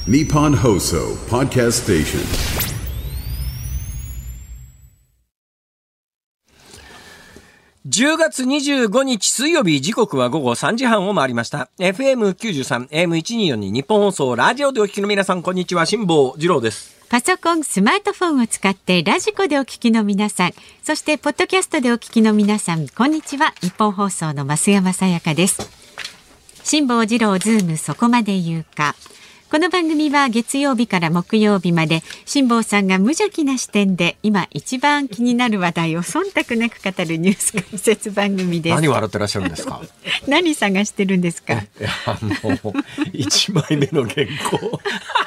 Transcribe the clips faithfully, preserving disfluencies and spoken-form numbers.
Nippon Hoso Podcast Station。 じゅうがつにじゅうごにち水曜日、時刻は午後さんじはんを回りました。エフエムきゅうじゅうさん、エーエムせんにひゃくよんじゅうに 日本放送ラジオでお聞きの皆さん、こんにちは。辛坊治郎です。 パソコン、スマートフォンを使ってラジコでお聞きの皆さん、そしてポッドキャストでお聞きの皆さん、こんにちは。日本放送の増山さやかです。辛坊治郎ズームそこまで言うか。この番組は月曜日から木曜日まで辛坊さんが無邪気な視点で今一番気になる話題を忖度なく語るニュース解説番組です。 何笑ってらっしゃるんですか？ 何探してるんですか？ いや、あのいちまいめの原稿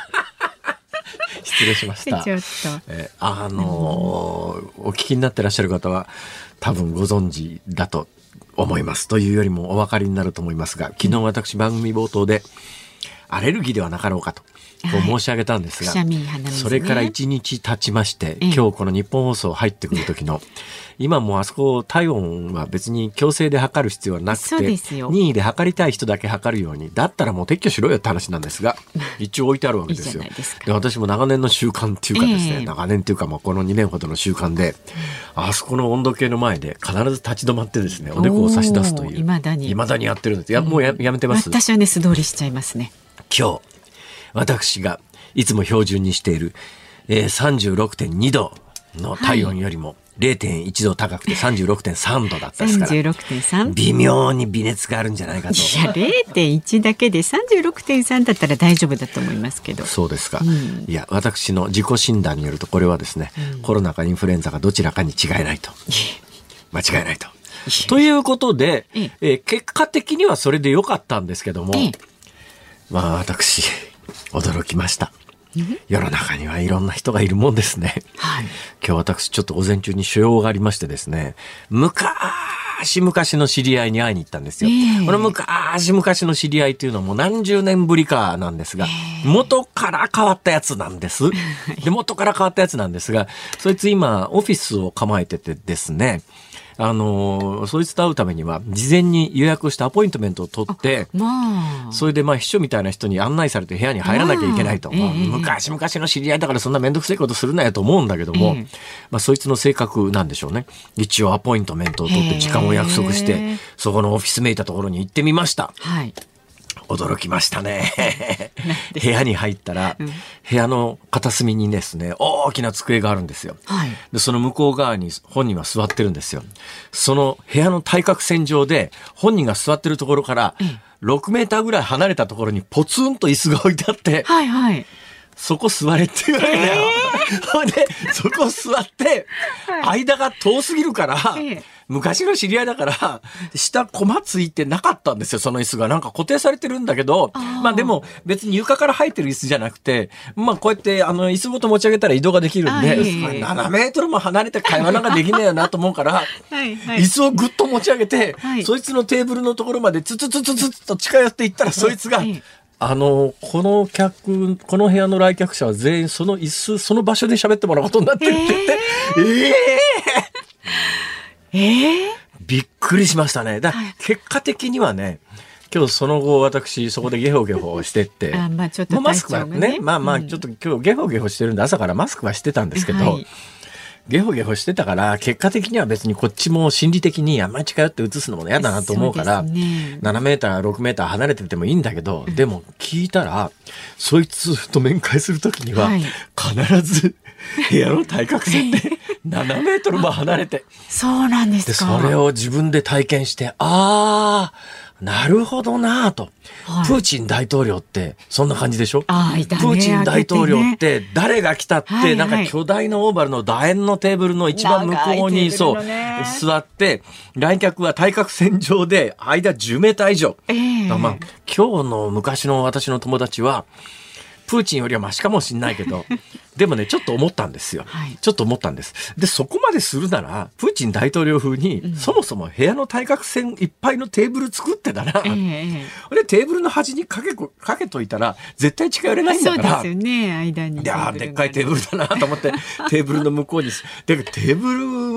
失礼しました。 ちょっとえあのー、お聞きになってらっしゃる方は多分ご存知だと思います。というよりもお分かりになると思いますが、昨日私番組冒頭でアレルギーではなかろうかとこう申し上げたんですが、はいね、それからいちにち経ちまして、今日この日本放送入ってくる時の今もうあそこ体温は別に強制で測る必要はなくて任意で測りたい人だけ測るように、だったらもう撤去しろよって話なんですが、一応置いてあるわけですよ。いいで私も長年の習慣っていうかですね、えー、長年っていうかもうこのにねんほどの習慣で、あそこの温度計の前で必ず立ち止まってですね、おでこを差し出すという、未だに未だにやってるんです。いや、もう や, やめてます。 私はね素通りしちゃいますね。 今日私がいつも標準にしている、えー、さんじゅうろくてんにどの体温よりも れいてんいちど高くて さんじゅうろくてんさんどだったですから、 さんじゅうろくてんさん 微妙に微熱があるんじゃないかと。いや れいてんいち だけで さんじゅうろくてんさん だったら大丈夫だと思いますけど。 そうですか、 うん、 いや私の自己診断によるとこれはですね、うん、コロナかインフルエンザかどちらかに違いないと間違いないとということで、ええー、結果的にはそれで良かったんですけども、ええ、まあ私驚きました。世の中にはいろんな人がいるもんですね、はい、今日私ちょっと午前中に所用がありましてですね、昔昔の知り合いに会いに行ったんですよ、えー、この昔昔の知り合いというのはもう何十年ぶりかなんですが、えー、元から変わったやつなんですで元から変わったやつなんですが、そいつ今オフィスを構えててですね、あのー、そいつと会うためには事前に予約したアポイントメントを取って、まあ、それでまあ秘書みたいな人に案内されて部屋に入らなきゃいけないと、まあまあえー、昔々の知り合いだからそんなめんどくせえことするなよと思うんだけども、えーまあ、そいつの性格なんでしょうね。一応アポイントメントを取って時間を約束して、えー、そこのオフィスメイトのところに行ってみました、はい、驚きましたね部屋に入ったら、うん、部屋の片隅にですね大きな机があるんですよ、はい、でその向こう側に本人は座ってるんですよ。その部屋の対角線上で本人が座ってるところからろくメーターぐらい離れたところにポツンと椅子が置いてあって、はいはい、そこ座れって言われたよ、えー、でそこ座って間が遠すぎるから、えー昔の知り合いだから下コマついてなかったんですよ。その椅子がなんか固定されてるんだけど、あまあでも別に床から生えてる椅子じゃなくて、まあこうやってあの椅子ごと持ち上げたら移動ができるんで、ななメートルも離れて会話なんかできねえよなと思うからはい、はい、椅子をぐっと持ち上げて、はい、そいつのテーブルのところまでツツツツツツと近寄っていったら、そいつが、はいあの、この客、この部屋の来客者は全員その椅子、その場所で喋ってもらうことになってるって言って、えー、えーえー、びっくりしましたね。だから結果的にはね、今日その後私そこでゲホゲホしてってあ、まあちょっとマスクはね、まあまあちょっと今日ゲホゲホしてるんで朝からマスクはしてたんですけど、はい、ゲホゲホしてたから結果的には別にこっちも心理的にあんまり近寄って映すのも嫌だなと思うから、ね、ななメーターろくメーター離れててもいいんだけど、うん、でも聞いたらそいつと面会するときには必ず部屋の対角線でななメートルも離れてそうなんですか。 でそれを自分で体験して、あーなるほどなと、はい、プーチン大統領ってそんな感じでしょ。 あいたね、 プーチン大統領って誰が来たって、はいはい、なんか巨大なオーバルの楕円のテーブルの一番向こうにそう座って来客は対角線上で間じゅうメーター以上、えーまあ、今日の昔の私の友達はプーチンよりはマシかもしれないけどでもねちょっと思ったんですよ、はい、ちょっと思ったんです。でそこまでするならプーチン大統領風に、うん、そもそも部屋の対角線いっぱいのテーブル作ってたら、えー、でテーブルの端にかけかけといたら絶対近寄れないんだから。 そうですよね、間に。 いやでっかいテーブルだなと思ってテーブルの向こうにでテーブル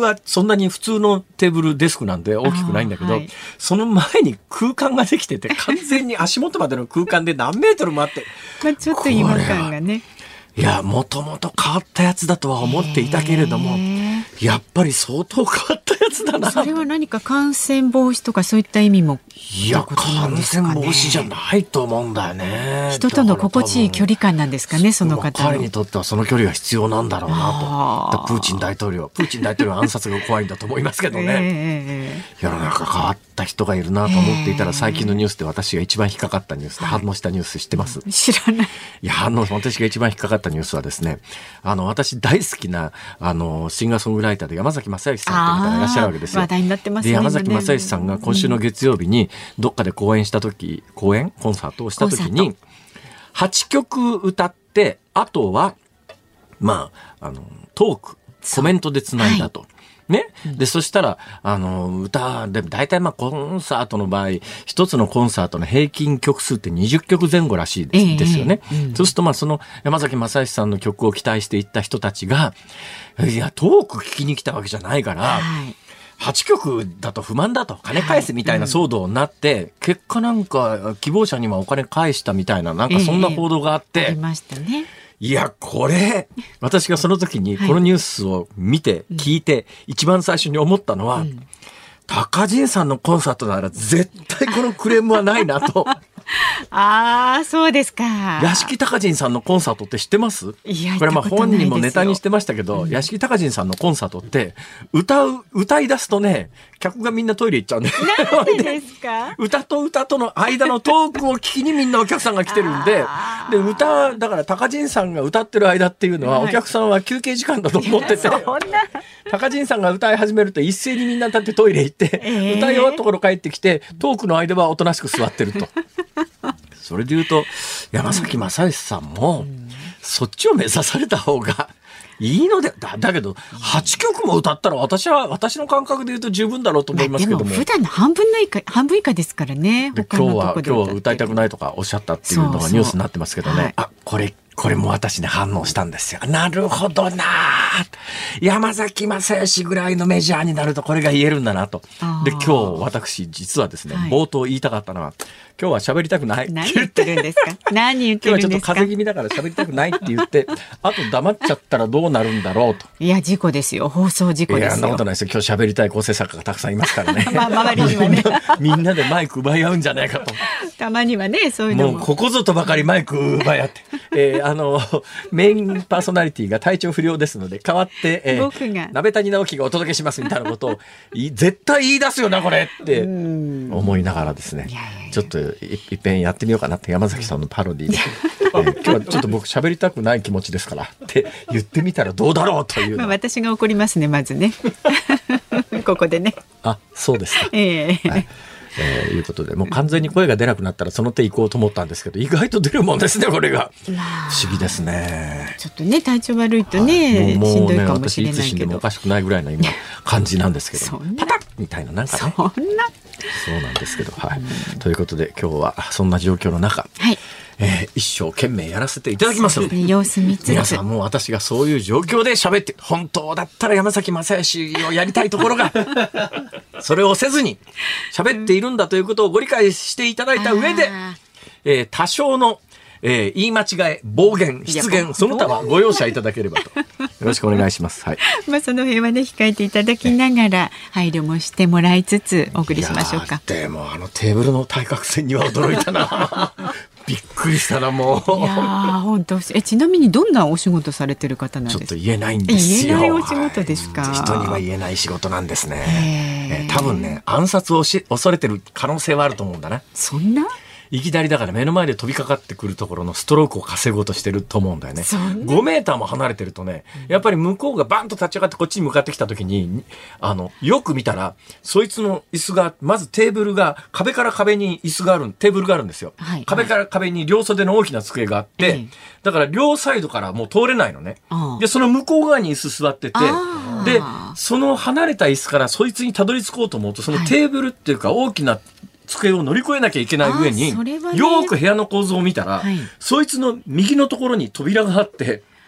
はそんなに普通のテーブルデスクなんで大きくないんだけど、はい、その前に空間ができてて完全に足元までの空間で何メートルもあってまあちょっと違和感がね、 いやもともと変わったやつだとは思っていたけれども、やっぱり相当変わったやつだな。 それは何か感染防止とかそういった意味も、 いや感染防止じゃないと思うんだよね。 人との心地いい距離感なんですかね、その方の。 彼にとってはその距離が必要なんだろうなと。プーチン大統領プーチン大統領の暗殺が怖いんだと思いますけどね、えー、世の中変わった人がいるなと思っていたら、最近のニュースで私が一番引っかかったニュースで反応したニュース知ってます？ 知らない。 いや反応私が一番引っかかったニュースはですね、あの私大好きなあのシンガーソングライターで山崎正義さんという方がいらっしゃるわけですよ。 話題になってますね。で山崎正義さんが今週の月曜日にどっかで講演した時、講演コンサートをした時にはちきょく歌って、あとはまああのトークコメントでつないだと。ね、でそしたらあの歌で大体まあコンサートの場合一つのコンサートの平均曲数ってにじゅっきょくぜん後らしいです、えー、ですよね、うん、そうするとまあその山崎正義さんの曲を期待していった人たちがいやトーク聞きに来たわけじゃないから、はい、はちきょくだと不満だと金返せみたいな騒動になって、はいうん、結果なんか希望者にはお金返したみたいななんかそんな報道があって、えー、 ありましたね。 いやこれ私がその時にこのニュースを見て聞いて一番最初に思ったのは、うん、高陣さんのコンサートなら絶対このクレームはないなとああそうですか。 屋敷隆人さんのコンサートって知ってます？ いやこれまあ本人もネタにしてましたけど、うん、屋敷隆人さんのコンサートって歌う歌い出すとね客がみんなトイレ行っちゃうんでなんでですか歌と歌との間のトークを聞きにみんなお客さんが来てるんでで歌だから高陣さんが歌ってる間っていうのはお客さんは休憩時間だと思ってて、はい、高陣さんが歌い始めると一斉にみんな立ってトイレ行って、えー、歌い終わったところ帰ってきてトークの間はおとなしく座ってるとそれで言うと山崎正義さんもそっちを目指された方がいいので だ, だけどはちきょくも歌ったら私は私の感覚で言うと十分だろうと思いますけども、 まあ、でも普段の半分の以下半分以下ですからね。 で今日は今日は歌いたくないとかおっしゃったっていうのがニュースになってますけどね。そうそう、はい、あこれこれも私ね反応したんですよ。なるほどな山崎正義ぐらいのメジャーになるとこれが言えるんだなと。で今日私実はですね、はい、冒頭言いたかったのは今日は喋りたくないって言って何言ってるんですか何言ってるんですか。今日はちょっと風邪気味だから喋りたくないって言ってあと黙っちゃったらどうなるんだろうと。いや事故ですよ放送事故ですよ。いやそんなことないですよ。今日喋りたい構成作家がたくさんいますからねまあ周りにはねみんなでマイク奪い合うんじゃないかとたまにはねそういうのももうここぞとばかりマイク奪い合って、えー、あのメインパーソナリティが体調不良ですので代わって、えー、僕が鍋谷直樹がお届けしますみたいなことを絶対言い出すよなこれって思いながらですね、いやいやいやちょっといっぺんやってみようかなって山崎さんのパロディで、えー、今日はちょっと僕喋りたくない気持ちですからって言ってみたらどうだろうという、まあ、 私が怒りますねまずねここでね。 あそうですか、 えーはいえー、いうことでもう完全に声が出なくなったらその手行こうと思ったんですけど意外と出るもんですねこれが不思議ですね。 ちょっとね体調悪いとね、はい、もうもうねしんどいかもしれないけど私いつ死んでもおかしくないぐらいの今感じなんですけどパタッみたいななんかねそんなそうなんですけど、はい、ということで今日はそんな状況の中、はいえー、一生懸命やらせていただきますので、 ね、様子見つつ皆さんも私がそういう状況で喋って本当だったら山崎正義をやりたいところがそれをせずに喋っているんだということをご理解していただいた上で、えー、多少のえー、言い間違え、暴言、失言、その他はご容赦いただければと。よろしくお願いします。はい。 まあその辺はね控えていただきながら配慮もしてもらいつつお送りしましょうか。 でもあのテーブルの対角線には驚いたな。びっくりしたなもう。 いや本当えちなみにどんなお仕事されてる方なんですか。 ちょっと言えないんですよ。 言えないお仕事ですか。 はい、人には言えない仕事なんですね。えー、多分ね暗殺をし恐れてる可能性はあると思うんだな。 そんな。 いきなりだから目の前で飛びかかってくるところのストロークを稼ごうとしてると思うんだよね。ごメーターも離れてるとねやっぱり向こうがバンと立ち上がってこっちに向かってきた時にあのよく見たらそいつの椅子がまずテーブルが壁から壁に椅子があるテーブルがあるんですよ、はい、壁から壁に両袖の大きな机があって、はい、だから両サイドからもう通れないのね。でその向こう側に椅子座っててでその離れた椅子からそいつにたどり着こうと思うとそのテーブルっていうか大きな机を乗り越えなきゃいけない上に、ね、よく部屋の構造を見たら、はい、そいつの右のところに扉があって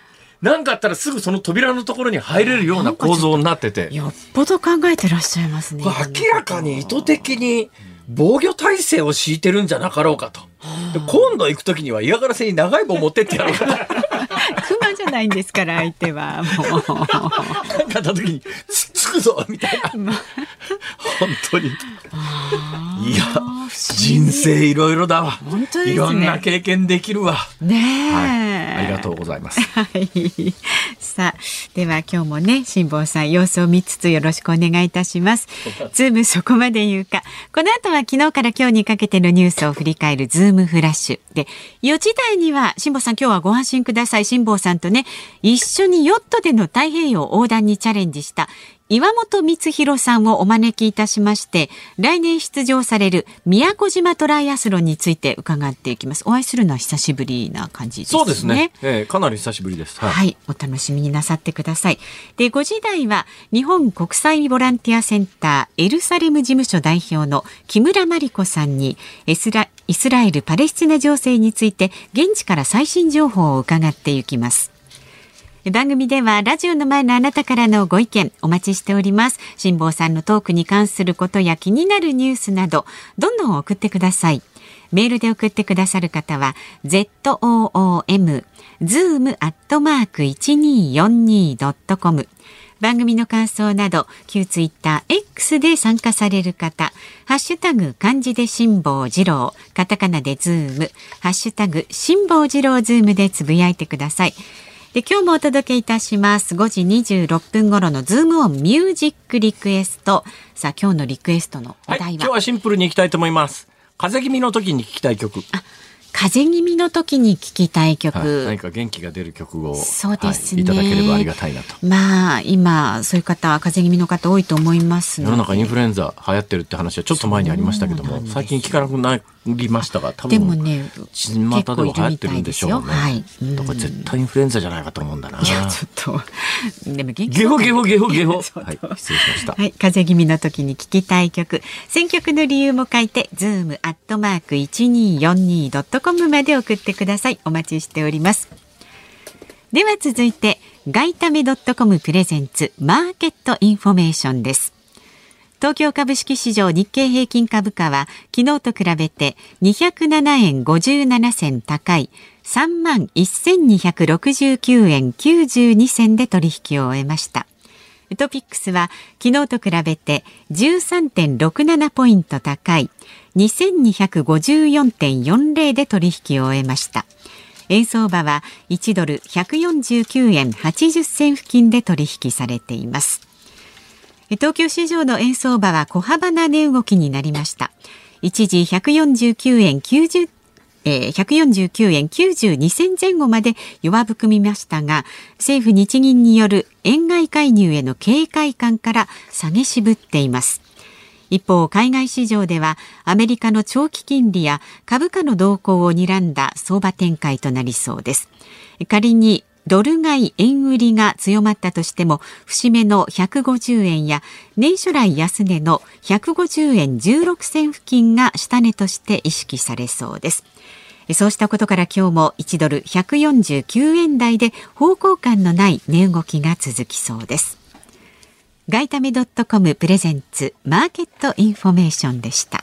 なんかあったらすぐその扉のところに入れるような構造になってて、 よっぽど考えてらっしゃいますね。 明らかに意図的に防御体制を敷いてるんじゃなかろうかと。で今度行くときには嫌がらせに長い棒持ってってやろうかと。 熊じゃないんですから相手はもうなんかあったときにつつくぞみたいな、ま、本当にいや人生いろいろだわ。本当ですね、いろんな経験できるわねえ、はい、ありがとうございます、はい、 さあでは今日もね辛坊さん様子を見つつよろしくお願いいたします。ズームそこまで言うか。この後は昨日から今日にかけてのニュースを振り返るズームフラッシュで、よじ台には辛坊さん今日はご安心ください。辛坊さんとね一緒にヨットでの太平洋横断にチャレンジした岩本光弘さんをお招きいたしまして、来年出場される宮古島トライアスロンについて伺っていきます。お会いするのは久しぶりな感じですね。 そうですね、えー、かなり久しぶりです、 はいはい、お楽しみになさってください。でごじ台は日本国際ボランティアセンターエルサレム事務所代表の木村真理子さんにイスラ、イスラエルパレスチナ情勢について現地から最新情報を伺っていきます。番組ではラジオの前のあなたからのご意見お待ちしております。辛坊さんのトークに関することや気になるニュースなどどんどん送ってください。メールで送ってくださる方は ズーム ズーム アットマーク いちにーよんにー ドットコム、 番組の感想など旧ツイッター X で参加される方、ハッシュタグ漢字で辛坊治郎、カタカナでズーム、ハッシュタグ辛坊治郎ズームでつぶやいてください。で今日もお届けいたしますごじにじゅうろっぷん頃のズームオンミュージックリクエスト。さあ今日のリクエストのお題は、はい、 今日はシンプルにいきたいと思います。風邪気味の時に聴きたい曲。あ、 風邪気味の時に聴きたい曲、はい、 何か元気が出る曲をそうですね、 はい、いただければありがたいなと。 まあ今そういう方風邪気味の方多いと思いますので、 世の中インフルエンザ流行ってるって話はちょっと前にありましたけども、最近聞かなくなりましたが、多分でもね巷では流行ってるんでしょうね。はい、だから絶対インフルエンザじゃないかと思うんだな。 いやちょっとでも元気ゲホゲホゲホゲホはい失礼しました、 はい、風邪気味の時に聴きたい曲、選曲の理由も書いて ズーム アットマーク いちにーよんにー ドットコム まで送ってください。お待ちしております。では続いてガイタメ .com プレゼンツマーケットインフォメーションです。東京株式市場日経平均株価は昨日と比べてにひゃくななえんごじゅうななせん高い さんまんせんにひゃくろくじゅうきゅうえんきゅうじゅうにせんで取引を終えました。トピックスは昨日と比べて じゅうさんてんろくなな ポイント高い にせんにひゃくごじゅうよんてんよんぜろ で取引を終えました。円相場はいちドルひゃくよんじゅうきゅうえんはちじゅっせん付近で取引されています。東京市場の円相場は小幅な値動きになりました。一時ひゃくよんじゅうきゅうえんきゅうじゅうえー、ひゃくよんじゅうきゅうえんきゅうじゅうにせん前後まで弱含みましたが、政府日銀による円買い介入への警戒感から下げ渋っています。一方、海外市場ではアメリカの長期金利や株価の動向を睨んだ相場展開となりそうです。仮にドル買い円売りが強まったとしても、節目のひゃくごじゅうえんや年初来安値のひゃくごじゅうえんじゅうろくせん付近が下値として意識されそうです。そうしたことから今日もいちドルひゃくよんじゅうきゅうえん台で方向感のない値動きが続きそうです。ガイタメ .com プレゼンツマーケットインフォメーションでした。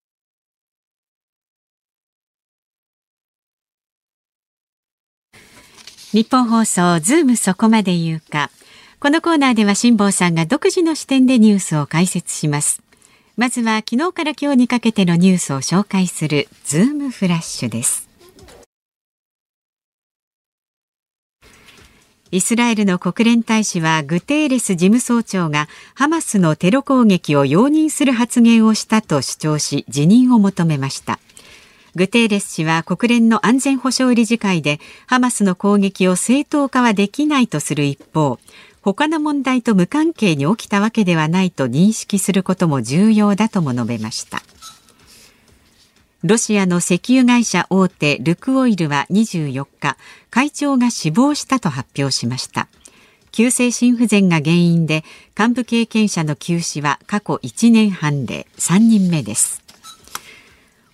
日本放送ズームそこまで言うか。このコーナーでは辛坊さんが独自の視点でニュースを解説します。まずは昨日から今日にかけてのニュースを紹介するズームフラッシュです。イスラエルの国連大使はグテーレス事務総長がハマスのテロ攻撃を容認する発言をしたと主張し辞任を求めました。グテーレス氏は国連の安全保障理事会でハマスの攻撃を正当化はできないとする一方、他の問題と無関係に起きたわけではないと認識することも重要だとも述べました。ロシアの石油会社大手ルクオイルはにじゅうよっか、会長が死亡したと発表しました。急性心不全が原因で幹部経験者の急死は過去いちねんはんでさんにんめです。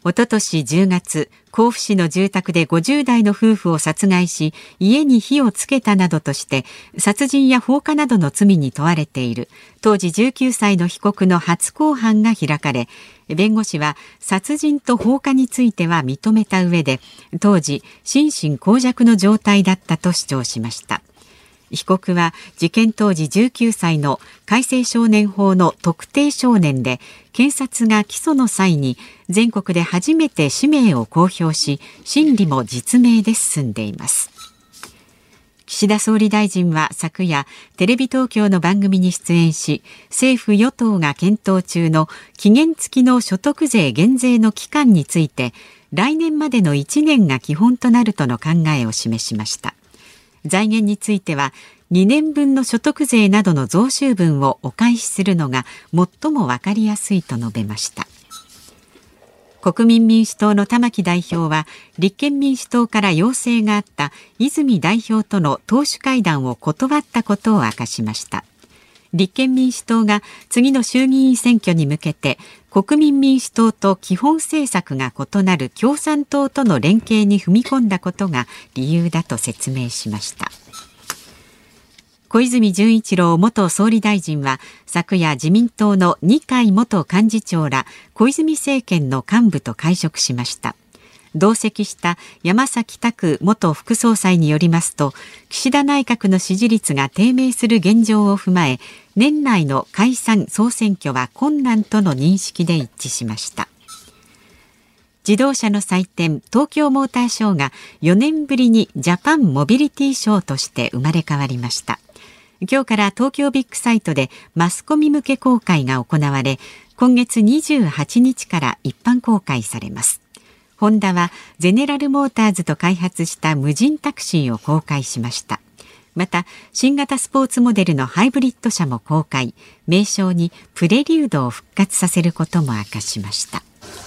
おととしじゅうがつ、甲府市の住宅でごじゅう代の夫婦を殺害し、家に火をつけたなどとして、殺人や放火などの罪に問われている、当時じゅうきゅうさいの被告の初公判が開かれ、弁護士は殺人と放火については認めた上で、当時、心神耗弱の状態だったと主張しました。被告は事件当時じゅうきゅうさいの改正少年法の特定少年で、検察が起訴の際に全国で初めて氏名を公表し、審理も実名で進んでいます。岸田総理大臣は昨夜、テレビ東京の番組に出演し、政府与党が検討中の期限付きの所得税減税の期間について、来年までのいちねんが基本となるとの考えを示しました。財源については、にねんぶんの所得税などの増収分をお返しするのが最も分かりやすいと述べました。国民民主党の玉木代表は、立憲民主党から要請があった泉代表との党首会談を断ったことを明かしました。立憲民主党が次の衆議院選挙に向けて、国民民主党と基本政策が異なる共産党との連携に踏み込んだことが理由だと説明しました。小泉純一郎元総理大臣は昨夜、自民党の二階元幹事長ら小泉政権の幹部と会食しました。同席した山崎拓元副総裁によりますと、岸田内閣の支持率が低迷する現状を踏まえ、年内の解散総選挙は困難との認識で一致しました。自動車の祭典、東京モーターショーがよねんぶりにジャパンモビリティショーとして生まれ変わりました。今日から東京ビッグサイトでマスコミ向け公開が行われ、今月にじゅうはちにちから一般公開されます。ホンダはゼネラルモーターズと開発した無人タクシーを公開しました。また、新型スポーツモデルのハイブリッド車も公開、名称にプレリュードを復活させることも明かしました。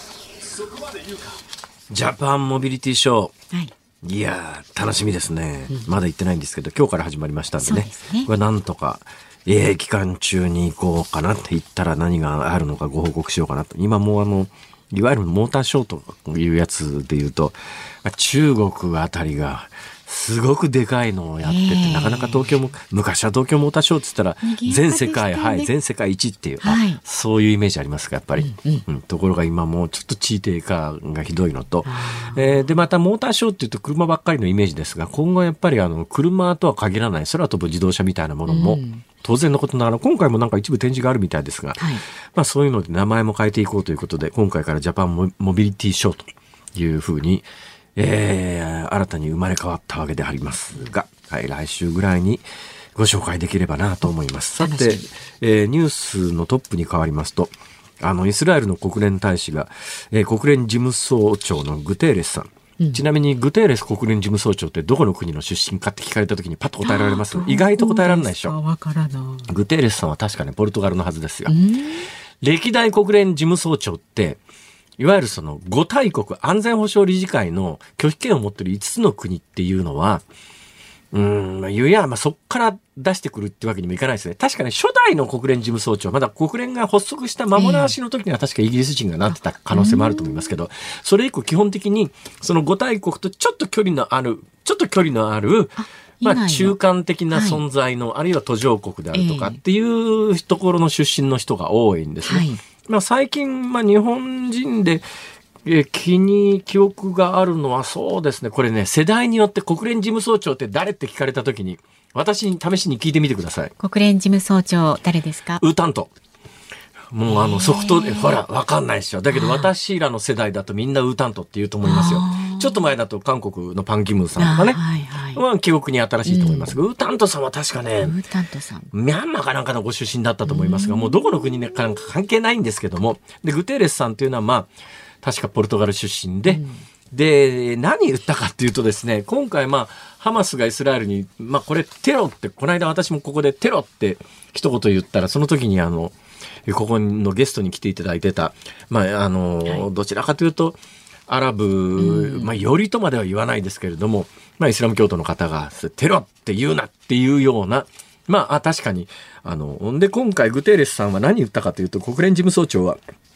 ジャパンモビリティショー、 はい、 いやー楽しみですね、うん、まだ行ってないんですけど、今日から始まりましたんで ね, でねこれなんとか、えー、期間中に行こうかなって言ったら何があるのかご報告しようかなと。今もうあのいわゆるモーターショーというやつでいうと、中国あたりがすごくでかいのをやってて、えー、なかなか東京も、昔は東京モーターショーって言ったら全世界、ね、はい、全世界一っていう、はい、そういうイメージありますかやっぱり、うんうんうん、ところが今もうちょっと地位低下がひどいのと、えー、でまたモーターショーっていうと車ばっかりのイメージですが、今後やっぱりあの車とは限らない空飛ぶ自動車みたいなものも、うん当然のことながら今回もなんか一部展示があるみたいですが、はい、まあそういうので名前も変えていこうということで、今回からジャパンモビリティショーというふうに、えー、新たに生まれ変わったわけでありますが、はい、来週ぐらいにご紹介できればなと思います。さて、えー、ニュースのトップに変わりますと、あのイスラエルの国連大使が、えー、国連事務総長のグテーレスさん、ちなみにグテーレス国連事務総長ってどこの国の出身かって聞かれた時にパッと答えられます？意外と答えられないでしょ。わからない。グテーレスさんは確かねポルトガルのはずですよ。歴代国連事務総長っていわゆるそのご大国安全保障理事会の拒否権を持っているいつつの国っていうのは、うーん、いや、まあ、そっから出してくるってわけにもいかないですね。確かに初代の国連事務総長、まだ国連が発足した間もなしの時には確かイギリス人がなってた可能性もあると思いますけど、それ以降基本的にそのご大国とちょっと距離のある、ちょっと距離のある、まあ、中間的な存在の、はい、あるいは途上国であるとかっていうところの出身の人が多いんですね。はい、まあ、最近、まあ、日本人でえ気に記憶があるのはそうですね、これね、世代によって国連事務総長って誰って聞かれた時に私に試しに聞いてみてください。 国連事務総長誰ですか？ ウータント。もうあの即答でほら分かんないですよ。だけど私らの世代だとみんなウータントって言うと思いますよ。ちょっと前だと韓国のパンキムさんとかね、はいはい、まあ、記憶に新しいと思いますが、うん、ウータントさんは確かね、 ウータントさんミャンマーかなんかのご出身だったと思いますが、もうどこの国かなんか関係ないんですけども、でグテーレスさんっていうのはまあ確かポルトガル出身で、うん、で何言ったかっていうとですね、今回まあハマスがイスラエルに、まあこれテロって、この間私もここでテロって一言言ったら、その時にあのここのゲストに来ていただいてた、まああの、はい、どちらかというとアラブ、うん、まあよりとまでは言わないですけれども、まあイスラム教徒の方がテロって言うなっていうような、まあ、あ確かにあので今回グテーレスさんは何言ったかというと、国連事務総長は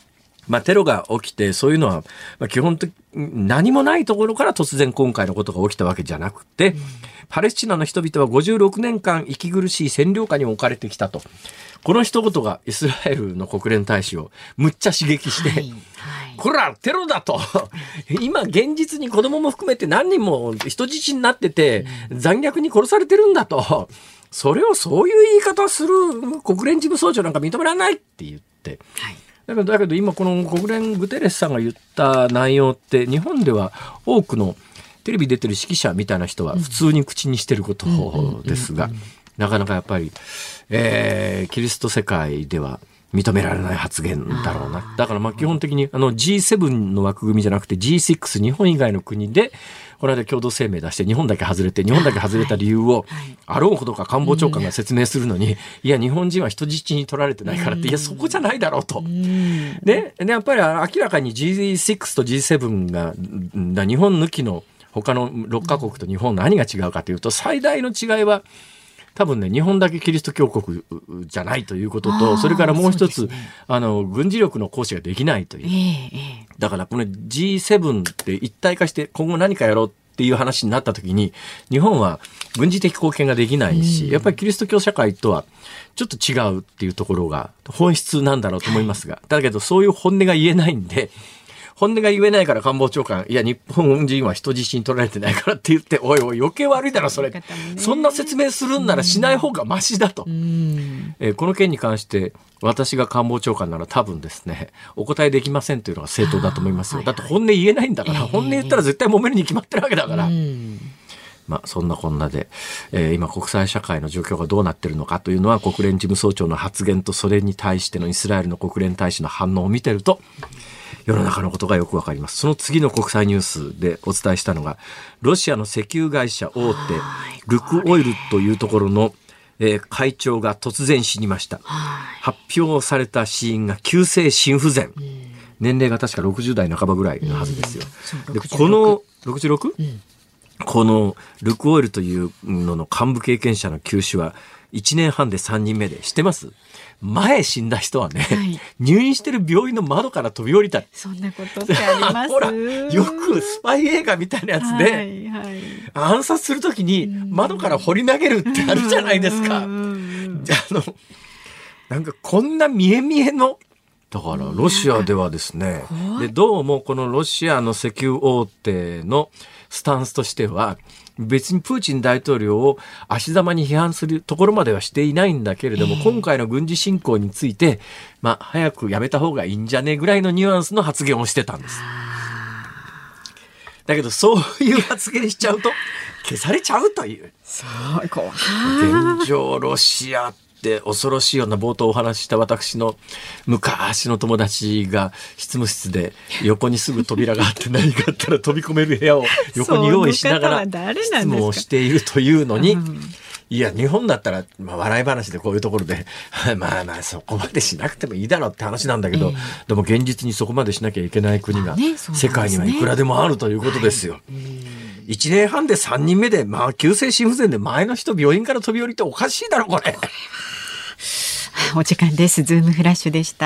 まあ、テロが起きてそういうのは、まあ、基本的に何もないところから突然今回のことが起きたわけじゃなくて、うん、パレスチナの人々はごじゅうろくねんかん息苦しい占領下に置かれてきたと。この一言がイスラエルの国連大使をむっちゃ刺激して、はいはい、これはテロだと今現実に子供も含めて何人も人質になってて、うん、残虐に殺されてるんだと、それをそういう言い方をする国連事務総長なんか認められないって言って、はい、だけど、だけど今この国連グテレスさんが言った内容って日本では多くのテレビ出てる指揮者みたいな人は普通に口にしてることですが、なかなかやっぱり、えー、キリスト世界では認められない発言だろうな。だからまあ基本的にあの ジーセブン の枠組みじゃなくて ジーシックス 日本以外の国でこの間共同声明出して日本だけ外れて、日本だけ外れた理由をあろうほどか官房長官が説明するのに、いや日本人は人質に取られてないからって、いやそこじゃないだろうと。で、でやっぱり明らかに ジーシックス と ジーセブン が日本抜きの他のろっかこくと日本何が違うかというと、最大の違いは多分ね、日本だけキリスト教国じゃないということと、それからもう一つ、ね、あの軍事力の行使ができないという、えー、だからこの ジーセブン って一体化して今後何かやろうっていう話になった時に、日本は軍事的貢献ができないし、うん、やっぱりキリスト教社会とはちょっと違うっていうところが本質なんだろうと思いますが、はい、だけどそういう本音が言えないんで、本音が言えないから官房長官、いや日本人は人質に取られてないからって言って、おいおい余計悪いだろそれ、そんな説明するんならしない方がマシだと、えー、この件に関して私が官房長官なら多分ですね、お答えできませんというのが正当だと思いますよ。だって本音言えないんだから、本音言ったら絶対揉めるに決まってるわけだから、まあ、そんなこんなで、えー、今国際社会の状況がどうなってるのかというのは国連事務総長の発言とそれに対してのイスラエルの国連大使の反応を見てると世の中のことがよくわかります。その次の国際ニュースでお伝えしたのが、ロシアの石油会社大手ルクオイルというところの、えー、会長が突然死にました。発表された死因が急性心不全、年齢が確かろくじゅうだいなかばぐらいのはずですよ。でこの ろくじゅうろく？うん、このルクオイルというのの幹部経験者の急死はいちねんはんでさんにんめで、知ってます？前死んだ人はね、はい、入院してる病院の窓から飛び降りた。 そんなことってあります？ ほら、よくスパイ映画みたいなやつで、はいはい、暗殺するときに窓から掘り投げるってあるじゃないですか。あのなんかこんな見え見えの、だからロシアではですね、でどうもこのロシアの石油大手のスタンスとしては、別にプーチン大統領を足ざまに批判するところまではしていないんだけれども、えー、今回の軍事侵攻について、まあ、早くやめた方がいいんじゃねぐらいのニュアンスの発言をしてたんです。だけどそういう発言しちゃうと消されちゃうという。 そう怖い。 現状ロシアで恐ろしいような、冒頭お話しした私の昔の友達が執務室で横にすぐ扉があって何かあったら飛び込める部屋を横に用意しながら執務をしているというのに、いや日本だったら、まあ、笑い話でこういうところでまあまあそこまでしなくてもいいだろうって話なんだけど、えー、でも現実にそこまでしなきゃいけない国が世界にはいくらでもあるということですよ。いちねんはんでさんにんめで、まあ、急性心不全で前の人病院から飛び降りておかしいだろこれ。 お時間です。ズームフラッシュでした。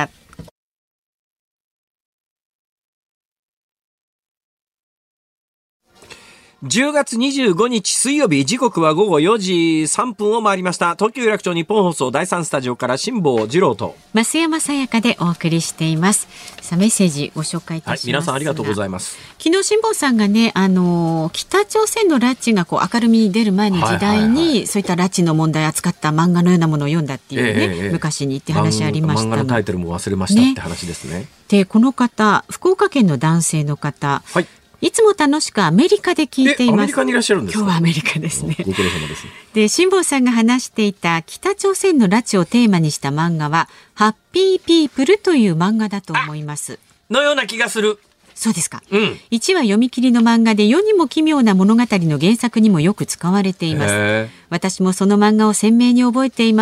じゅうがつにじゅうごにち水曜日、時刻はごごよじさんぷんを回りました。東京有楽町日本放送だいさんスタジオから辛坊治郎と増山さやかでお送りしています。さあメッセージご紹介いたします、 はい、皆さんありがとうございます。 昨日辛坊さんがね、あの北朝鮮の拉致がこう明るみに出る前の時代に、はいはいはい、そういった拉致の問題を扱った漫画のようなものを読んだっていうね、えーえー、昔にって話ありました。 漫画のタイトルも忘れました、ね、って話ですね。 でこの方、福岡県の男性の方、はい、いつも楽しくアメリカで聞いています。 アメリカにいらっしゃるんですか？ 今日はアメリカですね。 ご苦労様です。 で、辛坊さんが話していた北朝鮮の拉致をテーマにした漫画はハッピーピープルという漫画だと思います。 のような気がする。 そうですか、 うん、 いちわ読み切りの漫画で世にも奇妙な物語の原作にもよく使われています。私もその漫画を鮮明に覚えています。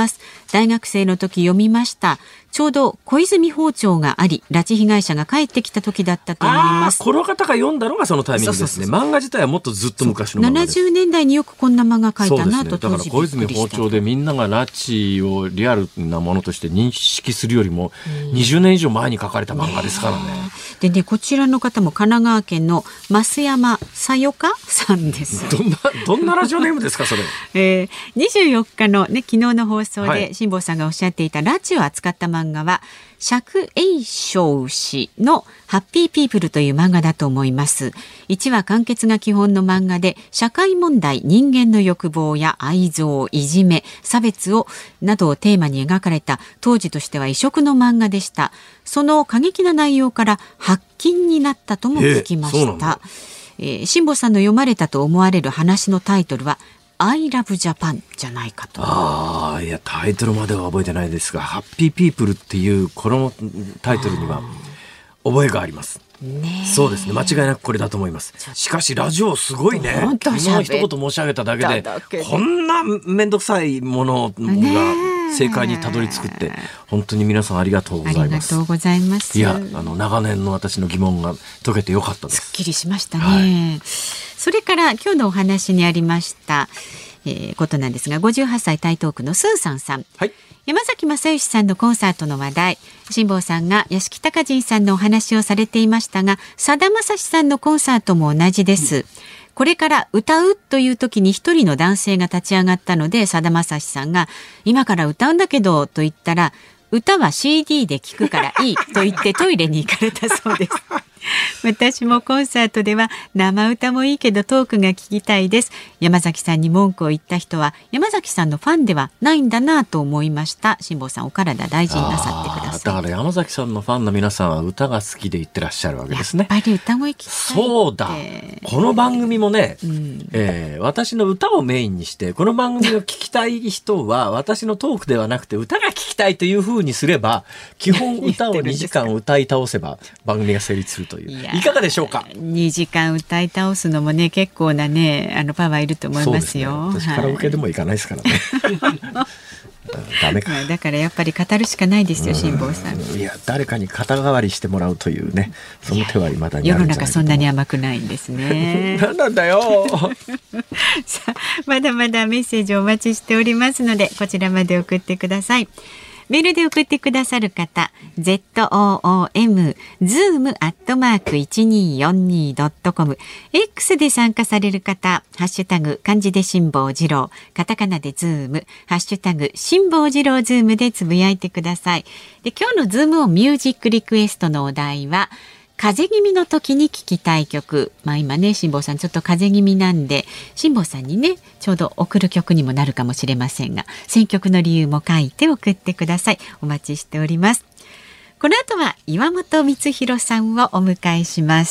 大学生の時読みました。ちょうど小泉訪朝があり、拉致被害者が帰ってきた時だったと思います。 この方が読んだのがそのタイミングですね。そうそうそう、漫画自体はもっとずっと昔の漫画です。 ななじゅうねんだいによくこんな漫画描いたなと、当時びっくりした。 だから小泉訪朝でみんなが拉致をリアルなものとして認識するよりもにじゅうねん以上前に書かれた漫画ですからね。 でね、こちらの方も神奈川県の増山さよかさんです。 どんなどんなラジオネームですかそれ。 えー、にじゅうよっかの、ね、昨日の放送で辛坊さんがおっしゃっていた拉致を扱った漫画は釈栄章氏のハッピーピープルという漫画だと思います。いちわ完結が基本の漫画で、社会問題、人間の欲望や愛憎、いじめ、差別をなどをテーマに描かれた当時としては異色の漫画でした。その過激な内容から発禁になったとも聞きました。えー、辛坊さんの読まれたと思われる話のタイトルはI love Japan じゃないかと。 ああ、いやタイトルまでは覚えてないですが、ハッピーピープルっていうこのタイトルには覚えがあります。ね、そうですね、間違いなくこれだと思います。しかしラジオすごいね。昨日一言申し上げただけでこんなめんどくさいものが正解にたどり着くって本当に皆さんありがとうございます。 ありがとうございます。 いや、あの長年の私の疑問が解けてよかったです。 すっきりしましたね。はい、それから今日のお話にありました、えー、ことなんですが、ごじゅうはっさい台東区のスーサンさん、はい、山崎正義さんのコンサートの話題、辛坊さんが屋敷隆人さんのお話をされていましたが、さだまさしさんのコンサートも同じです。うん、これから歌うという時に一人の男性が立ち上がったので、さだまさしさんが今から歌うんだけどと言ったら、歌は シーディー で聴くからいいと言ってトイレに行かれたそうです。私もコンサートでは生歌もいいけどトークが聞きたいです。山崎さんに文句を言った人は山崎さんのファンではないんだなと思いました。辛坊さん、お体大事になさってください。 だから山崎さんのファンの皆さんは歌が好きで言ってらっしゃるわけですね。 やっぱり歌声聞きたいって。 そうだ、この番組もね、うんえー、私の歌をメインにして、この番組を聞きたい人は私のトークではなくて歌が聞きたいという風にすれば、基本歌をにじかん歌い倒せば番組が成立するというい, いかがでしょうか。 にじかん歌い倒すのもね、結構なね、あのパワーいると思いますよ。 そうですね、私カラオケでも行かないですからね。ダメか。 だからやっぱり語るしかないですよ、辛坊さん。 いや、誰かに肩代わりしてもらうというね、その手は未だにあるんじゃないかと。 世の中そんなに甘くないんですね。 なんなんだよ。 さあ、まだまだメッセージをお待ちしておりますので、こちらまで送ってください。メールで送ってくださる方、ズーム ズーム アットマーク いちにーよんにー ドットコム、X で参加される方、ハッシュタグ漢字で辛坊治郎、カタカナでズーム、ハッシュタグ辛坊治郎ズームでつぶやいてください。で、今日のズームをミュージックリクエストのお題は、風邪気味の時に聴きたい曲。まあ今ね、辛坊さんちょっと風邪気味なんで、辛坊さんにね、ちょうど送る曲にもなるかもしれませんが、選曲の理由も書いて送ってください。お待ちしております。この後は岩本光弘さんをお迎えします。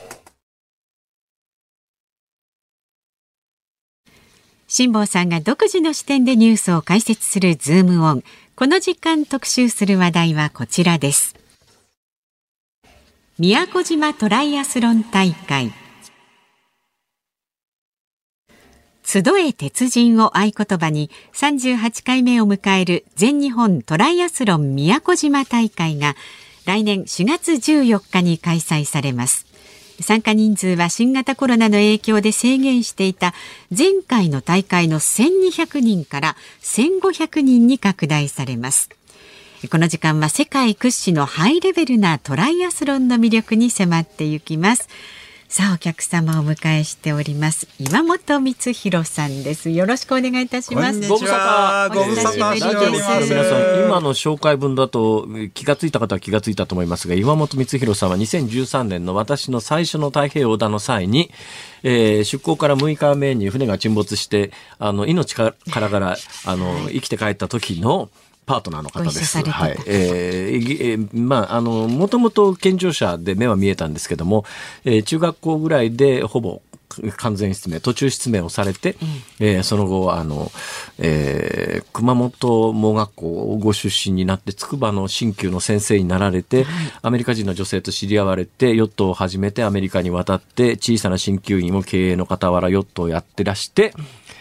辛坊さんが独自の視点でニュースを解説するズームオン。この時間特集する話題はこちらです。宮古島トライアスロン大会。集え鉄人を合言葉にさんじゅうはちかいめを迎える全日本トライアスロン宮古島大会が来年しがつじゅうよっかに開催されます。参加人数は新型コロナの影響で制限していた前回の大会のせんにひゃくにんからせんごひゃくにんに拡大されます。この時間は世界屈指のハイレベルなトライアスロンの魅力に迫っていきます。さあ、お客様をお迎えしております岩本光弘さんです。よろしくお願いいたします。 ご無沙汰ご無沙汰しております。 皆さん、今の紹介文だと気がついた方は気がついたと思いますが、岩本光弘さんはにせんじゅうさんねんの私の最初の太平洋横断の際に、えー、出港からむいかめに船が沈没してあの命からがらあの生きて帰った時のパートナーの方です。はい。えー、えー、まあ、あの、もともと健常者で目は見えたんですけども、えー、中学校ぐらいでほぼ完全失明、途中失明をされて、うんえー、その後、あの、えー、熊本盲学校ご出身になって、筑波の鍼灸の先生になられて、はい、アメリカ人の女性と知り合われて、ヨットを始めてアメリカに渡って、小さな鍼灸院を経営の傍らヨットをやってらして、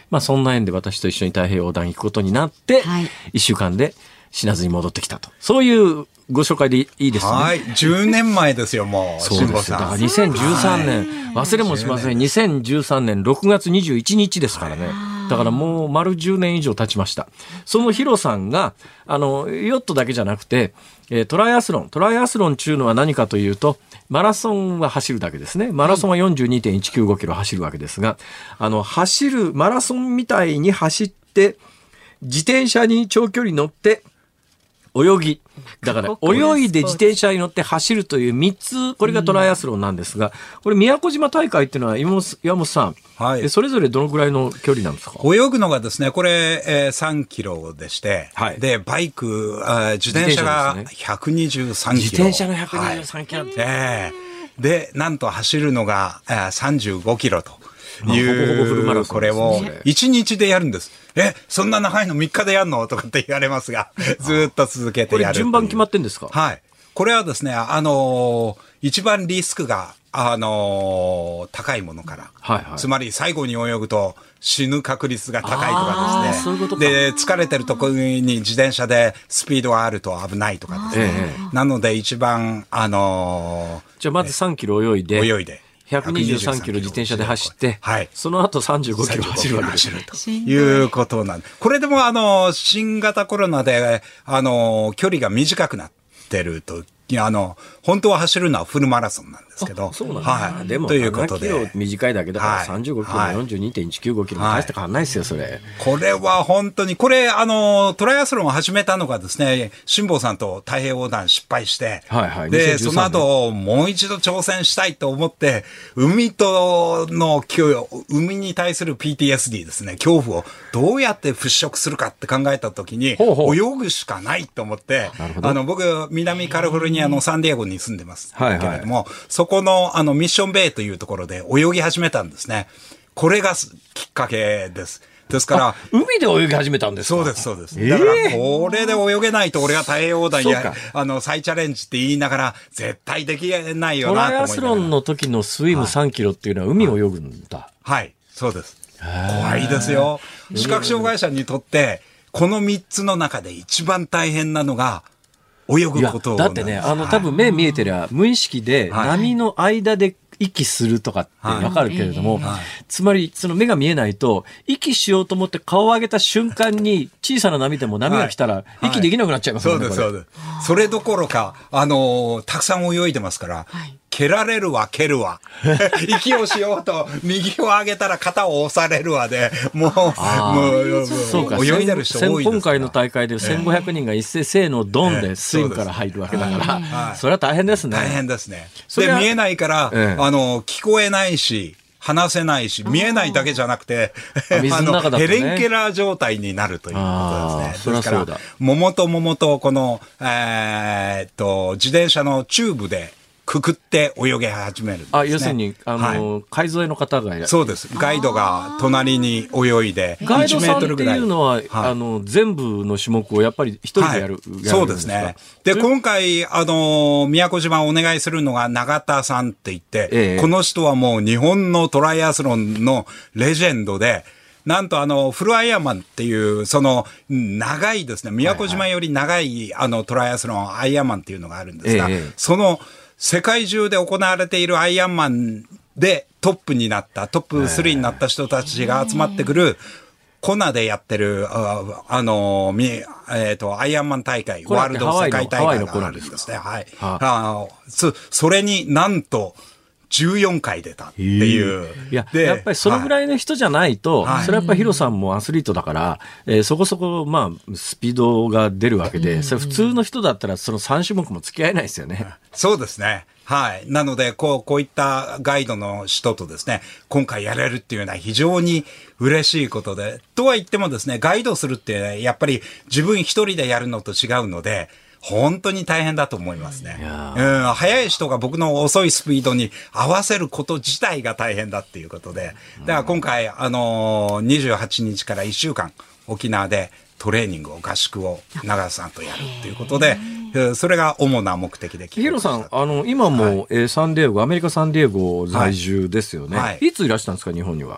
まあ、そんな縁で私と一緒に太平洋横断行くことになって、 はい、 いっしゅうかんで死なずに戻ってきたと。そういうご紹介でいいですね。 はい。じゅうねんまえですよ、もう。 そうですよ。だからにせんじゅうさんねん、忘れもしません。にせんじゅうさんねんろくがつにじゅういちにちですからね。だからもう丸じゅうねん以上経ちました。そのヒロさんが、あの、ヨットだけじゃなくて、えー、トライアスロン。トライアスロンっていうのは何かというと、マラソンは走るだけですね。マラソンは よんじゅうにてんいちきゅうごキロ走るわけですが、あの、走る、マラソンみたいに走って、自転車に長距離乗って、泳ぎ。だから泳いで自転車に乗って走るというみっつ、これがトライアスロンなんですが、これ宮古島大会っていうのは岩本さん、はい、それぞれどのぐらいの距離なんですか？ 泳ぐのがですね、これ、えー、さんキロでして、はい、でバイク、自転車がひゃくにじゅうさんキロ、 自転車のひゃくにじゅうさんキロ、はい、 えー、でなんと走るのが、えー、さんじゅうごキロというこれをいちにちでやるんです。え、そんな長いのみっかでやるのとかって言われますが、ずっと続けてやる。 これ順番決まってんですか？ はい。これはですね、あのー、一番リスクが、あのー、高いものから、はいはい、つまり最後に泳ぐと死ぬ確率が高いとかですね。 そういうことか。 で、疲れてるところに自転車でスピードがあると危ないとかですね。ええ、なので一番、あのー、 じゃあまずさんキロ泳いで。 泳いで。 ひゃくにじゅうさんキロ自転車で走って、はい、その後さんじゅうごキロ走るわけですね。 ということなんで。これでもあの、新型コロナで、あの、距離が短くなってると、あの、本当は走るのはフルマラソンなんですけど。 そうなんです、 はい。 でも、 ということで。 ななキロ短いだけだから、はい、さんじゅうごキロ、よんじゅうにてんいちきゅうごキロ、大して変わんないですよ、それ。 これは本当に、これ、あの、トライアスロンを始めたのがですね、辛坊さんと太平洋横断失敗して、はいはい、で、その後、もう一度挑戦したいと思って、海との、海に対する ピーティーエスディー ですね、恐怖をどうやって払拭するかって考えたときに、ほうほう泳ぐしかないと思って、あの、僕、南カリフォルニアのサンディエゴに住んでますけれども、はいはい、そこのあのミッションベイというところで泳ぎ始めたんですね。これがきっかけです。ですから海で泳ぎ始めたんですか？ そうですそうです。だからこれで泳げないと俺が太平洋横断やあの再チャレンジって言いながら絶対できないよなと思いながら。 トライアスロンの時のスイムさんキロっていうのは海を泳ぐんだ。 はい、はい、そうです。怖いですよ。視覚障害者にとってこのみっつの中で一番大変なのが泳ぐことだってね、あの、多分目見えてりゃ、無意識で波の間で息するとかってわかるけれども、はいはい、つまり、その目が見えないと、息しようと思って顔を上げた瞬間に、小さな波でも波が来たら、息できなくなっちゃいますよね。 そうです、そうです。それどころか、あのー、たくさん泳いでますから、はい、蹴られるわ、蹴るわ。息をしようと、右を上げたら肩を押されるわで、もう、もう、 そうか、 泳いでる人多いです。 今回の大会でせんごひゃくにんが一斉せーのドンでスイムから入るわけだから、はい、それは大変ですね。 大変ですね。で、見えないから、ええ、あの、聞こえないし、話せないし、見えないだけじゃなくて、 あの、ね、 ヘレンケラー状態になるということですね。ですから、桃と桃とこの、えー、っと、自転車のチューブで、くくって泳げ始めるんですね。 あ、要するに、あの、はい、海添えの方がいらっしゃる。 そうです。ガイドが隣に泳いで、 ガイドさんっていうのは、はい、あの、全部の種目をやっぱり一人でやる、はい、 やるそうですね。で、今回、あの、宮古島をお願いするのが永田さんって言って、ええ、この人はもう日本のトライアスロンのレジェンドで、なんとあの、フルアイアンマンっていう、その、長いですね、宮古島より長い、はいはい、あの、トライアスロン、アイアンマンっていうのがあるんですが、ええ、その、世界中で行われているアイアンマンでトップになった、トップスリーになった人たちが集まってくる、コナでやってる、あ, あの、えっ、ー、と、アイアンマン大会、ワールド世界大会があるんですね。はい。はあそ、それになんと、じゅうよんかい出たっていう。 いや、やっぱりそのぐらいの人じゃないと、はい、それはやっぱりヒロさんもアスリートだから、えー、そこそこ、まあ、スピードが出るわけで、それ普通の人だったらそのさん種目も付き合えないですよね。 そうですね。はい。なので、こう、こういったガイドの人とですね、今回やれるっていうのは非常に嬉しいことで、とは言ってもですね、ガイドするって、やっぱり自分一人でやるのと違うので、本当に大変だと思いますね。うん、速い人が僕の遅いスピードに合わせること自体が大変だっていうことで、だから今回、あのー、にじゅうはちにちからいっしゅうかん沖縄でトレーニングを合宿を長瀬さんとやるっていうことで、それが主な目的で。 ヒロさん、あの今も、はい、サンディエゴ、アメリカサンディエゴ在住ですよね。はい、いついらしたんですか、日本には。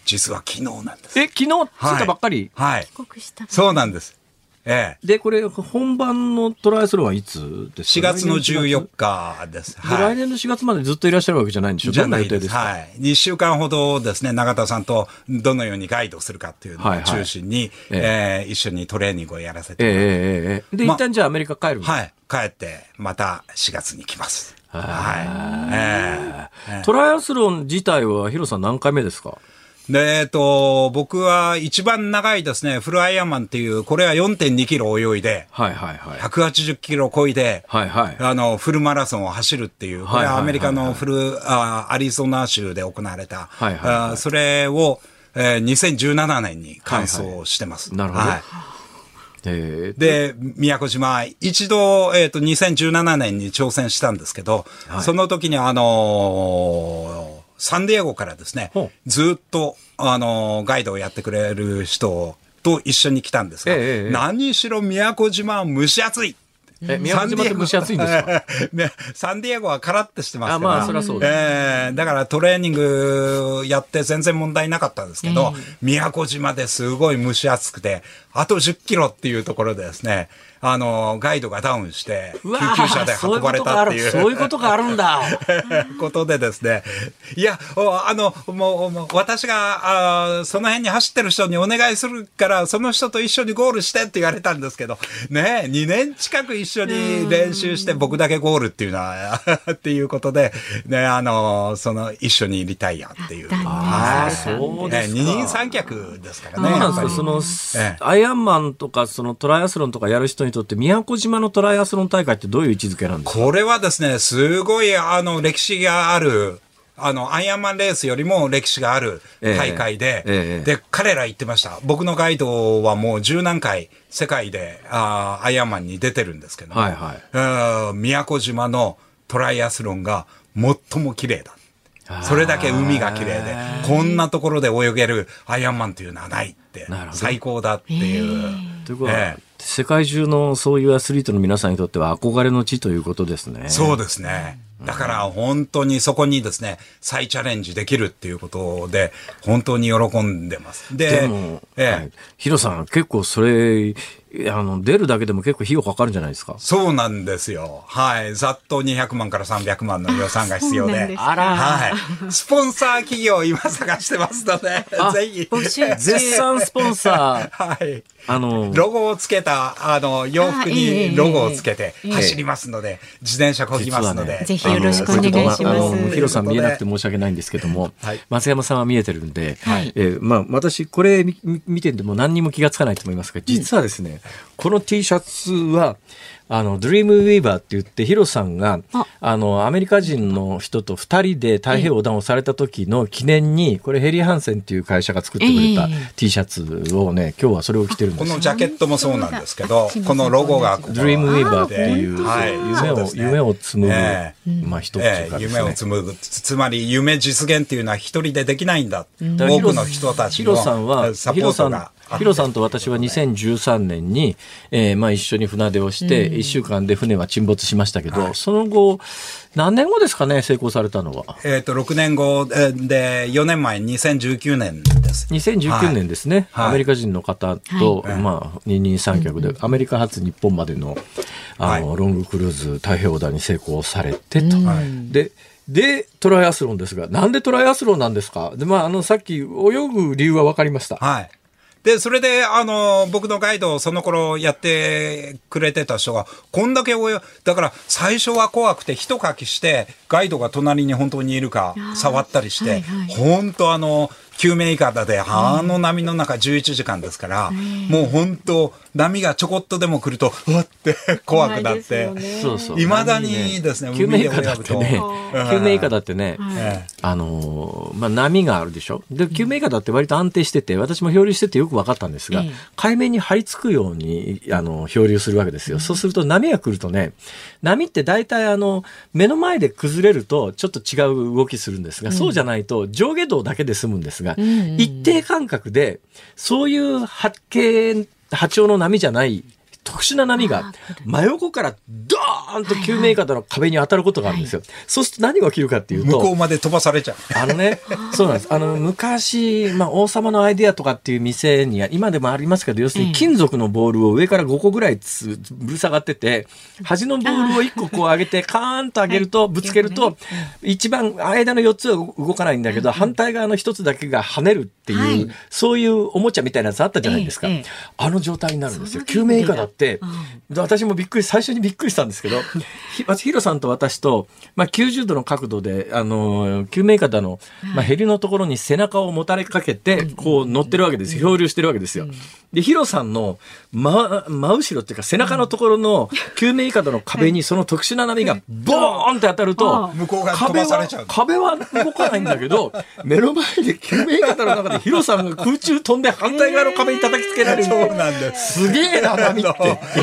実は昨日なんです。 え、昨日着いたばっかり？ はい。はい、そうなんです。ええ、 で、これ、本番のトライアスロンはいつですか？ しがつのじゅうよっかです。 はい、来年のしがつまでずっといらっしゃるわけじゃないんでしょう？どんな予定ですか？ はい。にしゅうかんほどですね、永田さんとどのようにガイドするかっていうのを中心に、はいはい、えー、一緒にトレーニングをやらせてもらって。えーえー、で、ま、一旦じゃあアメリカ帰るんですか？はい。 帰って、またしがつに来ます。はい。 えー、トライアスロン自体は、ヒロさん何回目ですか？ で、えっと、僕は一番長いですね、フルアイアンマンっていう、これは よんてんにキロ泳いで、はいはいはい。ひゃくはちじゅっキロ漕いで、はいはい。あの、フルマラソンを走るっていう、これはアメリカのフル、あアリゾナ州で行われた、はいはいはい、あそれを、えー、にせんじゅうななねんに完走してます。 はいはい、なるほど。はいえー、で、宮古島、一度、えっと、にせんじゅうななねんに挑戦したんですけど、はい、その時にあのー、サンディエゴからですね、ずっと、あの、ガイドをやってくれる人と一緒に来たんですが、ええ、何しろ宮古島は蒸し暑い。 え、宮古島って蒸し暑いんですか？ サンディエゴはカラッとしてますから。あ、 まあ、そりゃそうです。 えー、だからトレーニングやって全然問題なかったんですけど、えー、宮古島ですごい蒸し暑くて、あとじゅっキロっていうところでですね、あの、ガイドがダウンして、救急車で運ばれたっていう。 そういうことがあるんだ。 ことでですね。いや、あの、もう、もう私があ、その辺に走ってる人にお願いするから、その人と一緒にゴールしてって言われたんですけど、ね、にねん近く一緒に練習して、僕だけゴールっていうのは、っていうことで、ね、あの、その、一緒にリタイアっていう。 ああ、そうですか。 二人三脚ですからね。 そうなんですか。その、ええ、アイアンマンとか、そのトライアスロンとかやる人にとって宮古島のトライアスロン大会ってどういう位置づけなんですか？ これはですね、すごいあの歴史がある、あのアイアンマンレースよりも歴史がある大会で、えーえー、で彼ら言ってました。僕のガイドはもう十何回世界であアイアンマンに出てるんですけども、はいはい、宮古島のトライアスロンが最も綺麗だ。それだけ海が綺麗で、こんなところで泳げるアイアンマンというのはないって、最高だっていう。 ということは、えー、世界中のそういうアスリートの皆さんにとっては憧れの地ということですね。 そうですね。だから本当にそこにですね、再チャレンジできるっていうことで、本当に喜んでます。で、 でも、ええ、はい、ヒロさん結構それ、あの、出るだけでも結構費用かかるんじゃないですか？ そうなんですよ。はい。ざっとにひゃくまんからさんびゃくまんの予算が必要で。 あら。 はい。スポンサー企業を今探してますので、ぜひ。 絶賛スポンサー。はい。 あの、 ロゴをつけた、あの、洋服にロゴをつけて走りますので、自転車こぎますので。 ぜひよろしくお願いします。 ヒロさん見えなくて申し訳ないんですけども、はい、松山さんは見えてるんで、はい、えー、まあ私これ見てても何にも気がつかないと思いますが、実はですね、うん、この T シャツは、あの、ドリームウィーバーって言って、ヒロさんが、あ, あの、アメリカ人の人と二人で太平洋横断をされた時の記念に、これヘリーハンセンっていう会社が作ってくれた T シャツをね、今日はそれを着てるんです。 このジャケットもそうなんですけど、このロゴが、 ドリームウィーバーっていう、はい、夢を、ね、夢を紡ぐ、えー、まあ一つというかですね、 夢を紡ぐ。つまり夢実現っていうのは一人でできないんだ。多くの人たちのサポートが。 ヒロさんと私はにせんじゅうさんねんに、えー、まあ一緒に船出をして、いっしゅうかんで船は沈没しましたけど、はい、その後、何年後ですかね、成功されたのは。 えっと、ろくねんごで、よねんまえ、にせんじゅうきゅうねんです。 にせんじゅうきゅうねんですね。はい、アメリカ人の方と、はい、まあ、二人三脚で、アメリカ発日本までの、あの、はい、ロングクルーズ、太平洋横断に成功されてと。はい、で、で、トライアスロンですが、なんでトライアスロンなんですか？で、まあ、あの、さっき泳ぐ理由は分かりました。 はい。で、それで、あの、僕のガイドをその頃やってくれてた人が、こんだけ泳い、だから最初は怖くて一かきして、ガイドが隣に本当にいるか触ったりして、はいはい、本当あの、救命いかだで、あの波の中じゅういちじかんですから、もう本当、波がちょこっとでも来ると、うわって怖くなって、いまだにですね、 救命いかだってね、救命いかだってね、あの、まあ、波があるでしょ。で、救命いかだって割と安定してて、私も漂流しててよく分かったんですが、海面に張り付くように、あの、漂流するわけですよ。そうすると波が来るとね、波って大体あの、目の前で崩れると、ちょっと違う動きするんですが、そうじゃないと上下動だけで済むんですが、一定間隔で、そういう波形、波長の波じゃない特殊な波が真横からドーンと救命いかだの壁に当たることがあるんですよ。はいはい、そうすると何が起きるかっていうと、 向こうまで飛ばされちゃう。 あのね、そうなんです。あの、昔、まあ、王様のアイデアとかっていう店には、今でもありますけど、要するに金属のボールを上からごこぐらいつぶら下がってて、端のボールをいっここう上げて、カーンと上げると、ぶつけると、一番間のよっつは動かないんだけど、反対側のひとつだけが跳ねるっていう、はい、そういうおもちゃみたいなやつあったじゃないですか。あの状態になるんですよ。救命いかだって、私もびっくり、最初にびっくりしたんですけど、ヒロさんと私と、まあ、きゅうじゅうどの角度で、あの、救命いかだの、まあ、ヘリのところに背中をもたれかけて、こう乗ってるわけですよ。漂流してるわけですよ。で、ヒロさんの真、真後ろっていうか背中のところの救命いかだの壁にその特殊な波がボーンって当たると、 向こう側に飛ばされちゃう。 壁は動かないんだけど、目の前で救命いかだの中でヒロさんが空中飛んで反対側の壁に叩きつけられる。 そうなんです。 すげえな、波って。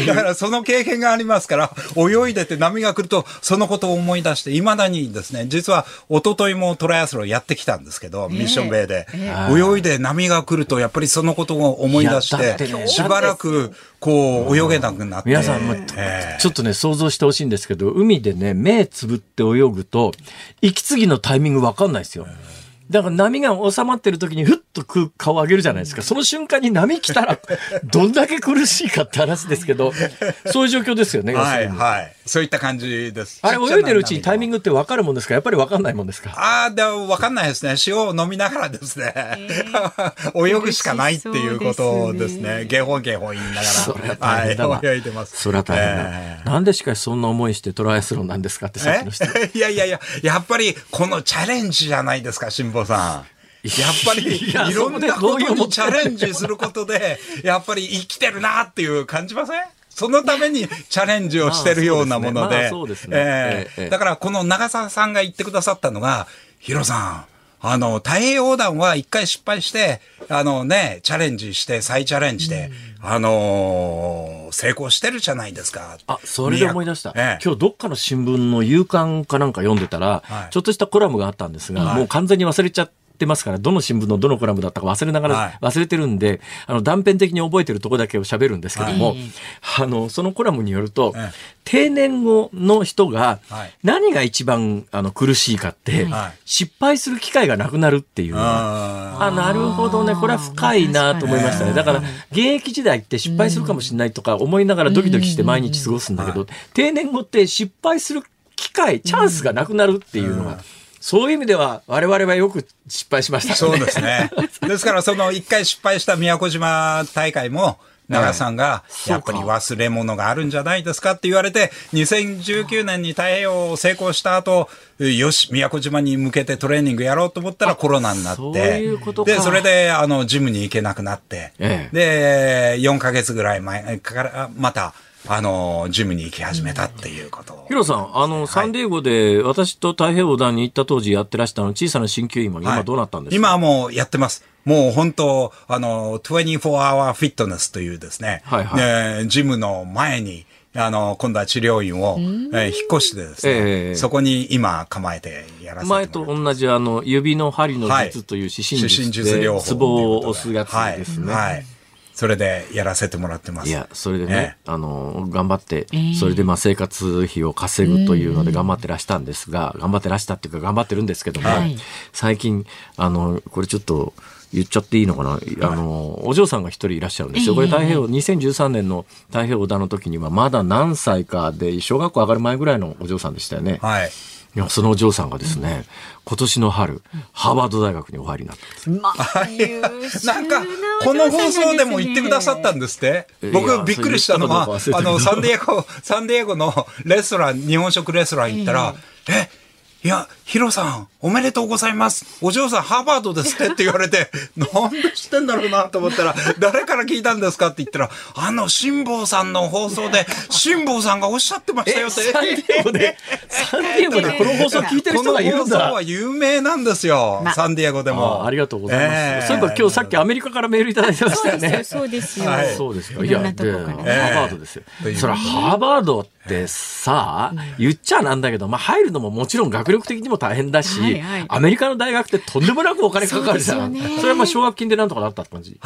だからその経験がありますから、泳いでて波が来ると、そのことを思い出して、未だにですね、実は一昨日もトライアスロンやってきたんですけど、ミッションベイで。泳いで波が来ると、やっぱりそのことを思い出して、ね、しばらくこう泳げなくなって。 皆さんも、えー、ちょっとね、想像してほしいんですけど、海でね、目つぶって泳ぐと、息継ぎのタイミングわかんないですよ。だから波が収まってる時にふっと顔を上げるじゃないですか。その瞬間に波来たらどんだけ苦しいかって話ですけど、そういう状況ですよね。 はいはい。そういった感じです。 あれ泳いでるうちにタイミングって分かるもんですか？やっぱり分かんないもんですか？ ああ、でも分かんないですね。塩を飲みながらですね、えー、泳ぐしかないっていうことですね。ゲホゲホ言いながら。 それは大変だわ。 はい、泳いでます。 それは大変だ。えー、なんでしかしそんな思いしてトライアスロンなんですかってさっきの人。 いやいやいや、やっぱりこのチャレンジじゃないですか、辛坊さん。やっぱりいろんなことにチャレンジすることで、やっぱり生きてるなっていう感じません？そのためにチャレンジをしてるようなもので。だからこの長澤さんが言ってくださったのが、ヒロさん、あの、太平洋横断は一回失敗して、あのね、チャレンジして、再チャレンジで、うん、あのー、成功してるじゃないですか。 あ、それで思い出した。ええ、今日どっかの新聞の夕刊かなんか読んでたら、はい、ちょっとしたコラムがあったんですが、はい、もう完全に忘れちゃって、ってますからどの新聞のどのコラムだったか忘れながら、はい、忘れてるんであの断片的に覚えてるところだけを喋るんですけども、はい、あのそのコラムによると、はい、定年後の人が何が一番あの苦しいかって、はい、失敗する機会がなくなるっていう、ああなるほどねこれは深いなと思いましたね。だから現役時代って失敗するかもしれないとか思いながらドキドキして毎日過ごすんだけど、定年後って失敗する機会チャンスがなくなるっていうのが、そういう意味では我々はよく失敗しましたね。 そうですね。ですからその一回失敗した宮古島大会も長さんがやっぱり忘れ物があるんじゃないですかって言われて、にせんじゅうきゅうねんに太平洋を成功した後、よし宮古島に向けてトレーニングやろうと思ったらコロナになって、 そういうことか。 でそれであのジムに行けなくなって、ええ、でよんかげつぐらい前からまたあの、ジムに行き始めたっていうことを。 ヒロさん、あの、はい、サンディエゴで私と太平洋横断に行った当時やってらしたの小さな鍼灸院も今どうなったんですか？はい、 今はもうやってます。もう本当、あの、にじゅうよじかんフィットネスというですね、はいはい、ね、ジムの前に、あの、今度は治療院を、えー、引っ越してですね、えー、そこに今構えてやらせてもらってます。 前と同じあの、指の針の術という指針術で、ツボを押すやつですね。 はい。はいそれでやらせてもらってます。 いや、それでね、えー、あの、頑張って、それでまあ生活費を稼ぐというので頑張ってらしたんですが、頑張ってらしたっていうか頑張ってるんですけども、はい、最近、あの、これちょっと言っちゃっていいのかな、はい、あの、お嬢さんが一人いらっしゃるんですよ。これ太平洋、にせんじゅうさんねんの太平洋横断の時にはまだ何歳かで、小学校上がる前ぐらいのお嬢さんでしたよね。はい。いやそのお嬢さんがですね、うん、今年の春、ハーバード大学にお入りになったんです。まあ、 なんか、この放送でも言ってくださったんですって。僕、びっくりしたのは、あの、サンディエゴ、サンディエゴのレストラン、日本食レストラン行ったら、え、いや、ヒロさん、おめでとうございます。お嬢さん、ハーバードですってって言われて、なんで知ってんだろうなと思ったら、誰から聞いたんですかって言ったら、あの、辛坊さんの放送で、辛坊さんがおっしゃってましたよって。 サンディエゴで、サンディエゴでこの放送聞いてる人がいるんだ。 この放送は有名なんですよ、ま、サンディエゴでも。 あ, ありがとうございます。えー、そういえば今日さっきアメリカからメールいただいてましたよね。 そうですよ。 はい、そうですか。いや、で、ハーバードですよ。えー、それはハーバードってさ、言っちゃなんだけど、まあ入るのももちろん学力的にも大変だし、はいはい、アメリカの大学ってとんでもなくお金かかるじゃん。 そ,、ね、それはまあ奨学金でなんとかなったって感じ。 はい。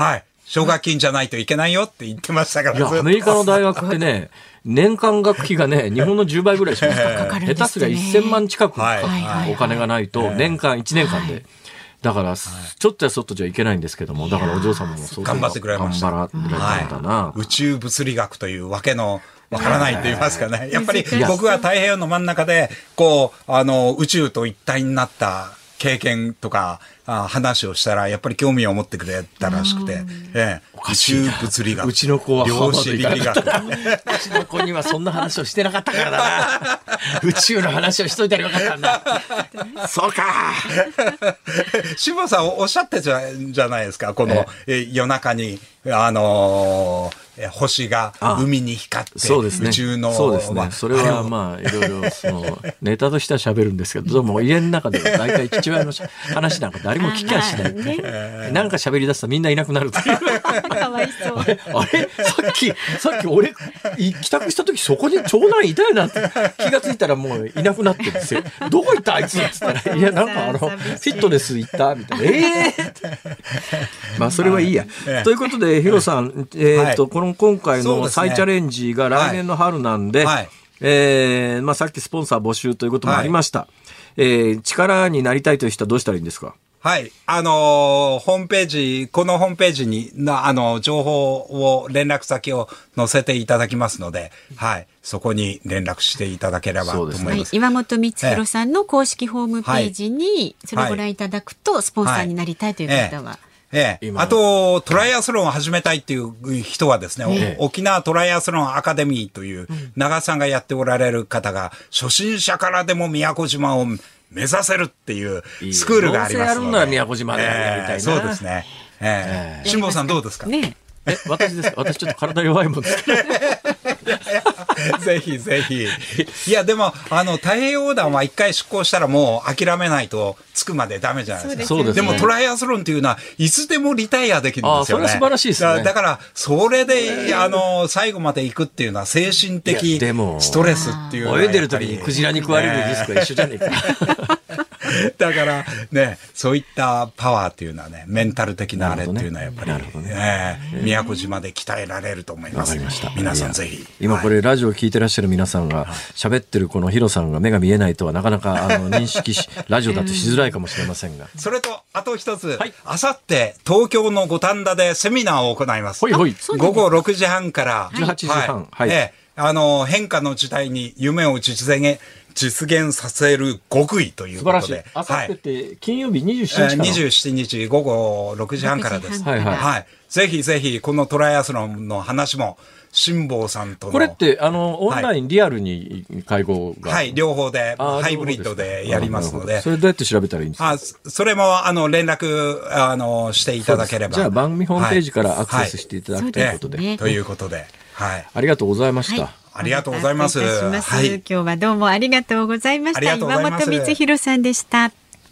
奨学金じゃないといけないよって言ってましたから。 いや、アメリカの大学ってね、年間学費がね、日本のじゅうばいぐらいしますから、下手すりゃせんまん近くお金がないと、年間いちねんかんで。だから、ちょっとやそっとじゃいけないんですけども、だからお嬢様もそう頑張ってくれました。 頑張られたんだな。 宇宙物理学というわけの、わからないと言いますかね。やっぱり僕は太平洋の真ん中で、こう、あの、宇宙と一体になった経験とか、あ話をしたら、やっぱり興味を持ってくれたらしくて、ええ、宇宙物理学。 うちの子は量子力学。 うちの子にはそんな話をしてなかったからだな。宇宙の話をしといたらよかったんだ。そうか。 辛坊さんおっしゃってじゃ、じゃないですか。この、ええ、夜中に、あのー、星が海に光って、そうですね、宇宙の、 そうですね。それはまあ、いろいろ、その、ネタとしては喋るんですけど、でも家の中で大体父親の話なんか誰も聞きゃしない。なんか喋り出すとみんないなくなるという。 かわいそう。 あれ、あれさっき、さっき俺、帰宅した時そこに長男いたよなって気がついたらもういなくなってるんですよ。どこ行ったあいつって言ったら、いや、なんかあの、フィットネス行ったみたいな。ええー、まあ、それはいいや。ということで、ヒロさん、えっと、この今回の再チャレンジが来年の春なんで、はい、えー、まあ、さっきスポンサー募集ということもありました。はい、えー、力になりたいという人はどうしたらいいんですか？ はい。あのー、ホームページ、このホームページに、な、あの、情報を、連絡先を載せていただきますので、はい。そこに連絡していただければと思います。はい、 岩本光弘さんの公式ホームページに、それをご覧いただくと、スポンサーになりたいという方は、 ええ、あと、トライアスロンを始めたいっていう人はですね、ええ、沖縄トライアスロンアカデミーという、長さんがやっておられる方が、初心者からでも宮古島を目指せるっていうスクールがありますので。どうせやるんなら宮古島でやりたいな。えー、そうですね。ええ。辛坊さんどうですか？ ねえ、私ですか？私ちょっと体弱いもんですけど。 ぜひぜひ。いや、でも、あの、太平洋横断は一回出港したらもう諦めないと着くまでダメじゃないですか。そうですね。でもトライアスロンっていうのはいつでもリタイアできるんですよね。 ああ、それは素晴らしいですね。 だ, だから、それで、あの、最後まで行くっていうのは精神的ストレスっていうのは。 泳いでる時にクジラに食われるリスクは一緒じゃねえか。 だからね、そういったパワーっていうのはね、メンタル的なあれっていうのはやっぱり、ねねえー、宮古島で鍛えられると思います。わかりました。皆さんぜひ。 今これラジオ聞いてらっしゃる皆さんが喋ってるこのヒロさんが目が見えないとはなかなかあの認識し、ラジオだとしづらいかもしれませんが。 それと、あと一つ、あさって東京の五反田でセミナーを行います。 ほいほい。 午後ろくじはんから、 じゅうはちじはん。 はい。えー、あの、変化の時代に夢を実現、実現させる極意ということで。素晴らしい。 あさってって金曜日にじゅうしちにちから。 にじゅうしちにち午後ろくじはんからです。はいはい。はい。ぜひぜひ、このトライアスロンの話も、辛坊さんとの。 これって、あの、オンライン、はい、リアルに会合が。 はい、両方で、ハイブリッドでやりますので。 それどうやって調べたらいいんですか？ あ、それも、あの、連絡、あの、していただければ。 じゃあ、番組ホームページからアクセスしていただくということで。 ね、 ということで。はい。 ありがとうございました。はい、 ありがとうございます。 はい、今日はどうもありがとうございました。岩本光弘さんでした。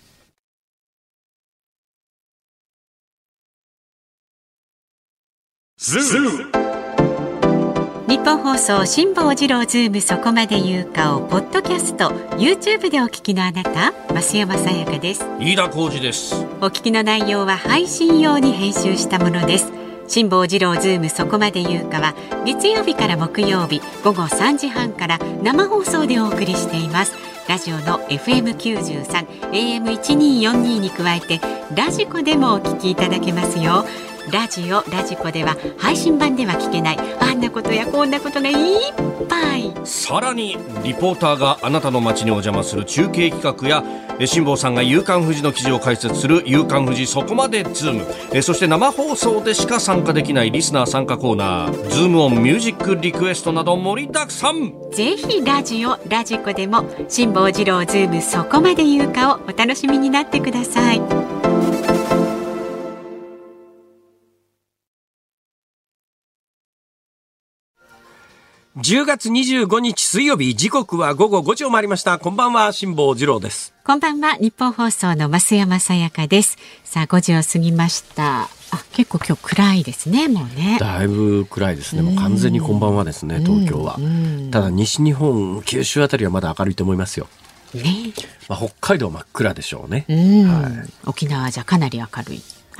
ズー日本放送辛坊治郎ズームそこまで言うかをポッドキャスト YouTube でお聞きのあなた、増山さやかです。 飯田浩司です。 お聞きの内容は配信用に編集したものです。辛坊治郎ズームそこまで言うかは月曜日から木曜日午後さんじはんから生放送でお送りしています。ラジオの エフエムきゅうじゅうさん、エーエムせんにひゃくよんじゅうに に加えてラジコでもお聞きいただけますよ。ラジオ、ラジコでは配信版では聞けないあんなことやこんなことがいっぱい。 さらにリポーターがあなたの街にお邪魔する中継企画や辛坊さんが夕刊フジの記事を解説する夕刊フジそこまでズーム、えそして生放送でしか参加できないリスナー参加コーナーズームオンミュージックリクエストなど盛りだくさん。 ぜひラジオ、ラジコでも辛坊治郎ズームそこまで言うかをお楽しみになってください。 じゅうがつにじゅうごにち水曜日、時刻は午後ごじを回りました。こんばんは、辛坊治郎です。 こんばんは、日本放送の増山さやかです。さあ、ごじを過ぎました。あ、結構今日暗いですね、もうね。 だいぶ暗いですね。もう完全にこんばんはですね、東京は。ただ西日本、九州あたりはまだ明るいと思いますよ。ね、まあ、北海道真っ暗でしょうね。 うん、はい、沖縄じゃかなり明るい。 ええ、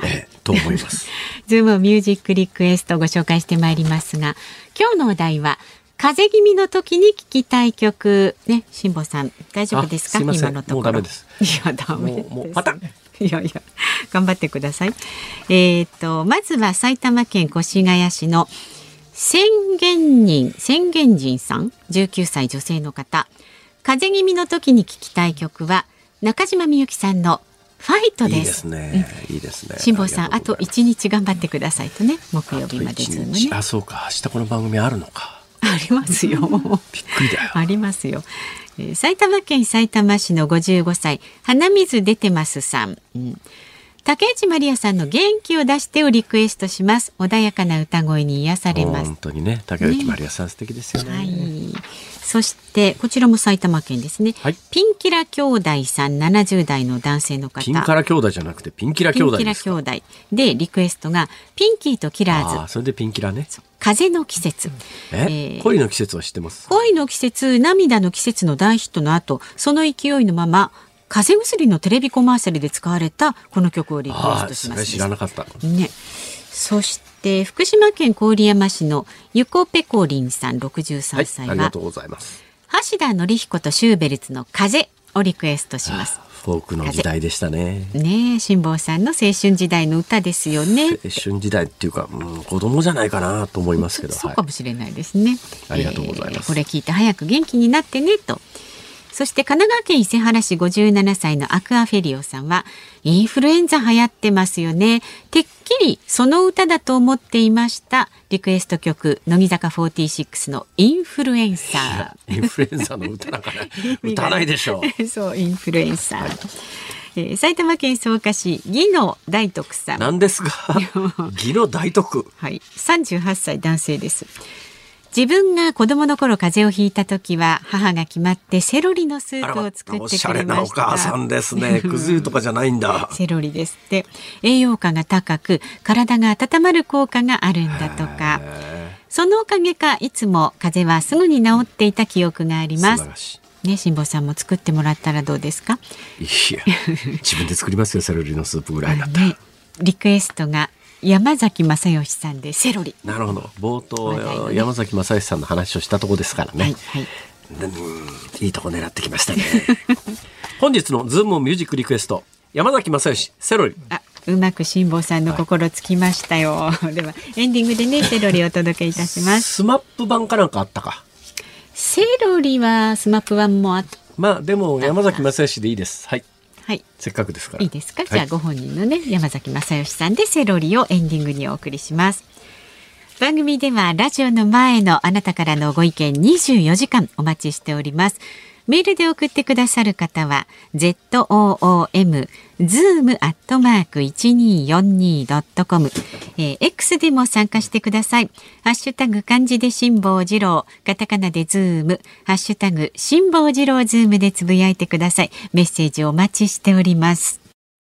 と思います。 ズームミュージックリクエストをご紹介してまいりますが、今日のお題は風邪気味の時に聴きたい曲ね。辛坊さん大丈夫ですか？ すいません、 今のところ。 もうダメです。 いやダメです。 もうもうパタン。 いやいや頑張ってください。えー、とまずは埼玉県越谷市の宣言人宣言人さん、じゅうきゅうさい女性の方。風邪気味の時に聴きたい曲は中島みゆきさんのファイトです。 いいですね、うん、いいですね。 辛坊さん、あと一日頑張ってくださいとね。木曜日までズームね。 あ、そうか、明日この番組あるのか。 ありますよ。びっくりだよ。 ありますよ。えー、埼玉県さいたま市のごじゅうごさい鼻水出てますさん、うん、竹内まりやさんの元気を出してをリクエストします。穏やかな歌声に癒されます。 本当にね、竹内まりやさん、ね、素敵ですよね。はい。 そしてこちらも埼玉県ですね、はい、ピンキラ兄弟さん、ななじゅう代の男性の方。 ピンカラ兄弟じゃなくてピンキラ兄弟ですか？ ピンキラ兄弟でリクエストがピンキーとキラーズ。 あ、それでピンキラね。 風の季節。 え、えー、恋の季節は知ってます？ 恋の季節、涙の季節の大ヒットの後、その勢いのまま風邪薬のテレビコマーシャルで使われたこの曲をリクエストします。 あ、それ知らなかった、 ね。そして福島県郡山市のゆこぺこりんさん、ろくじゅうさんさいは、はい、 ありがとうございます。 橋田紀彦とシューベルツの風をリクエストします。 フォークの時代でしたね。 ねえ、辛坊さんの青春時代の歌ですよね。 青春時代っていうか、うん、子供じゃないかなと思いますけど。 そうかもしれないですね。 はい、ありがとうございます。 えー、これ聞いて早く元気になってねと。そして神奈川県伊勢原市ごじゅうななさいのアクアフェリオさんは、インフルエンザ流行ってますよね。てっきりその歌だと思っていました。リクエスト曲、乃木坂フォーティーシックスのインフルエンサー。インフルエンザの歌なんかね歌わないでしょう。 そう、インフルエンサー。はい、えー、埼玉県草加市義野大徳さん。 何ですか？義野大徳。 はい、さんじゅうはっさい男性です。自分が子供の頃風邪をひいた時は母が決まってセロリのスープを作ってくれました。おしゃれなお母さんですね。くず湯とかじゃないんだ。 セロリですって。栄養価が高く体が温まる効果があるんだとか。そのおかげかいつも風邪はすぐに治っていた記憶があります。素晴らしい。ね、辛坊さんも作ってもらったらどうですか？ いや、自分で作りますよ、セロリのスープぐらいだったら。ね、 リクエストが山崎正義さんでセロリ。 なるほど。冒頭、ね、山崎正義さんの話をしたところですからね、はいはい、うん、いいとこ狙ってきましたね。本日のズームミュージックリクエスト、山崎正義セロリ。 あ、うまく辛坊さんの心つきましたよ、はい、ではエンディングでね、セロリをお届けいたします。 スマップ版かなんかあったか。 セロリはスマップ版もあった。 まあでも山崎正義でいいです。はい、 はい、 せっかくですから。 いいですか？じゃあご本人のね、はい、山崎正義さんでセロリをエンディングにお送りします。番組ではラジオの前のあなたからのご意見にじゅうよじかんお待ちしております。メールで送ってくださる方は ズーム ズーム アットマーク いちにーよんにー ドットコム、えー、X でも参加してください。ハッシュタグ漢字で辛坊治郎、カタカナでズーム、ハッシュタグ辛坊治郎ズームでつぶやいてください。メッセージお待ちしております。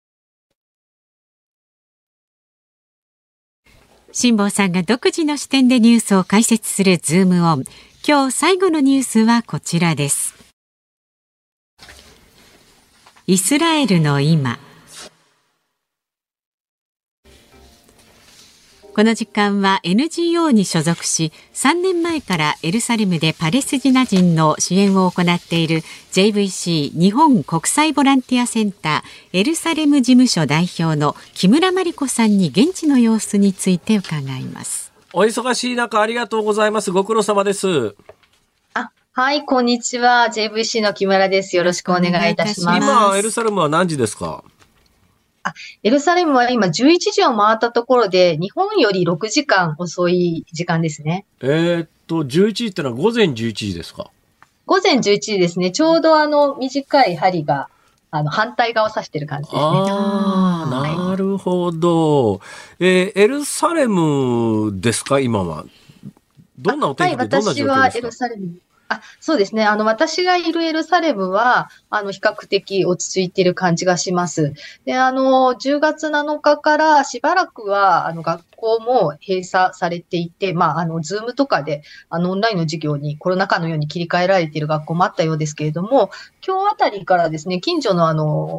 辛坊さんが独自の視点でニュースを解説するズームオン。今日最後のニュースはこちらです。イスラエルの今。この時間は エヌジーオー に所属し、さんねんまえからエルサレムでパレスチナ人の支援を行っている ジェイブイシー 日本国際ボランティアセンターエルサレム事務所代表の木村真理子さんに現地の様子について伺います。 お忙しい中ありがとうございます。ご苦労様です。 あ、はい、こんにちは。ジェイブイシー の木村です。よろしくお願いいたします。 今エルサレムは何時ですか？ あ、エルサレムは今じゅういちじを回ったところで、日本よりろくじかん遅い時間ですね。 えー、っと、じゅういちじってのは午前じゅういちじですか？ 午前じゅういちじですね。ちょうどあの、短い針が、あの、反対側を指してる感じですね。 ああ、なるほど。えー、エルサレムですか、今は。どんなお天気でどんな状況ですか？ はい、私はエルサレム。あ、そうですね。あの、私がいるエルサレムは、あの、比較的落ち着いている感じがします。で、あの、じゅうがつなのかからしばらくは、あの、学校も閉鎖されていて、まあ、あの、ズームとかで、あの、オンラインの授業にコロナ禍のように切り替えられている学校もあったようですけれども、今日あたりからですね、近所のあの、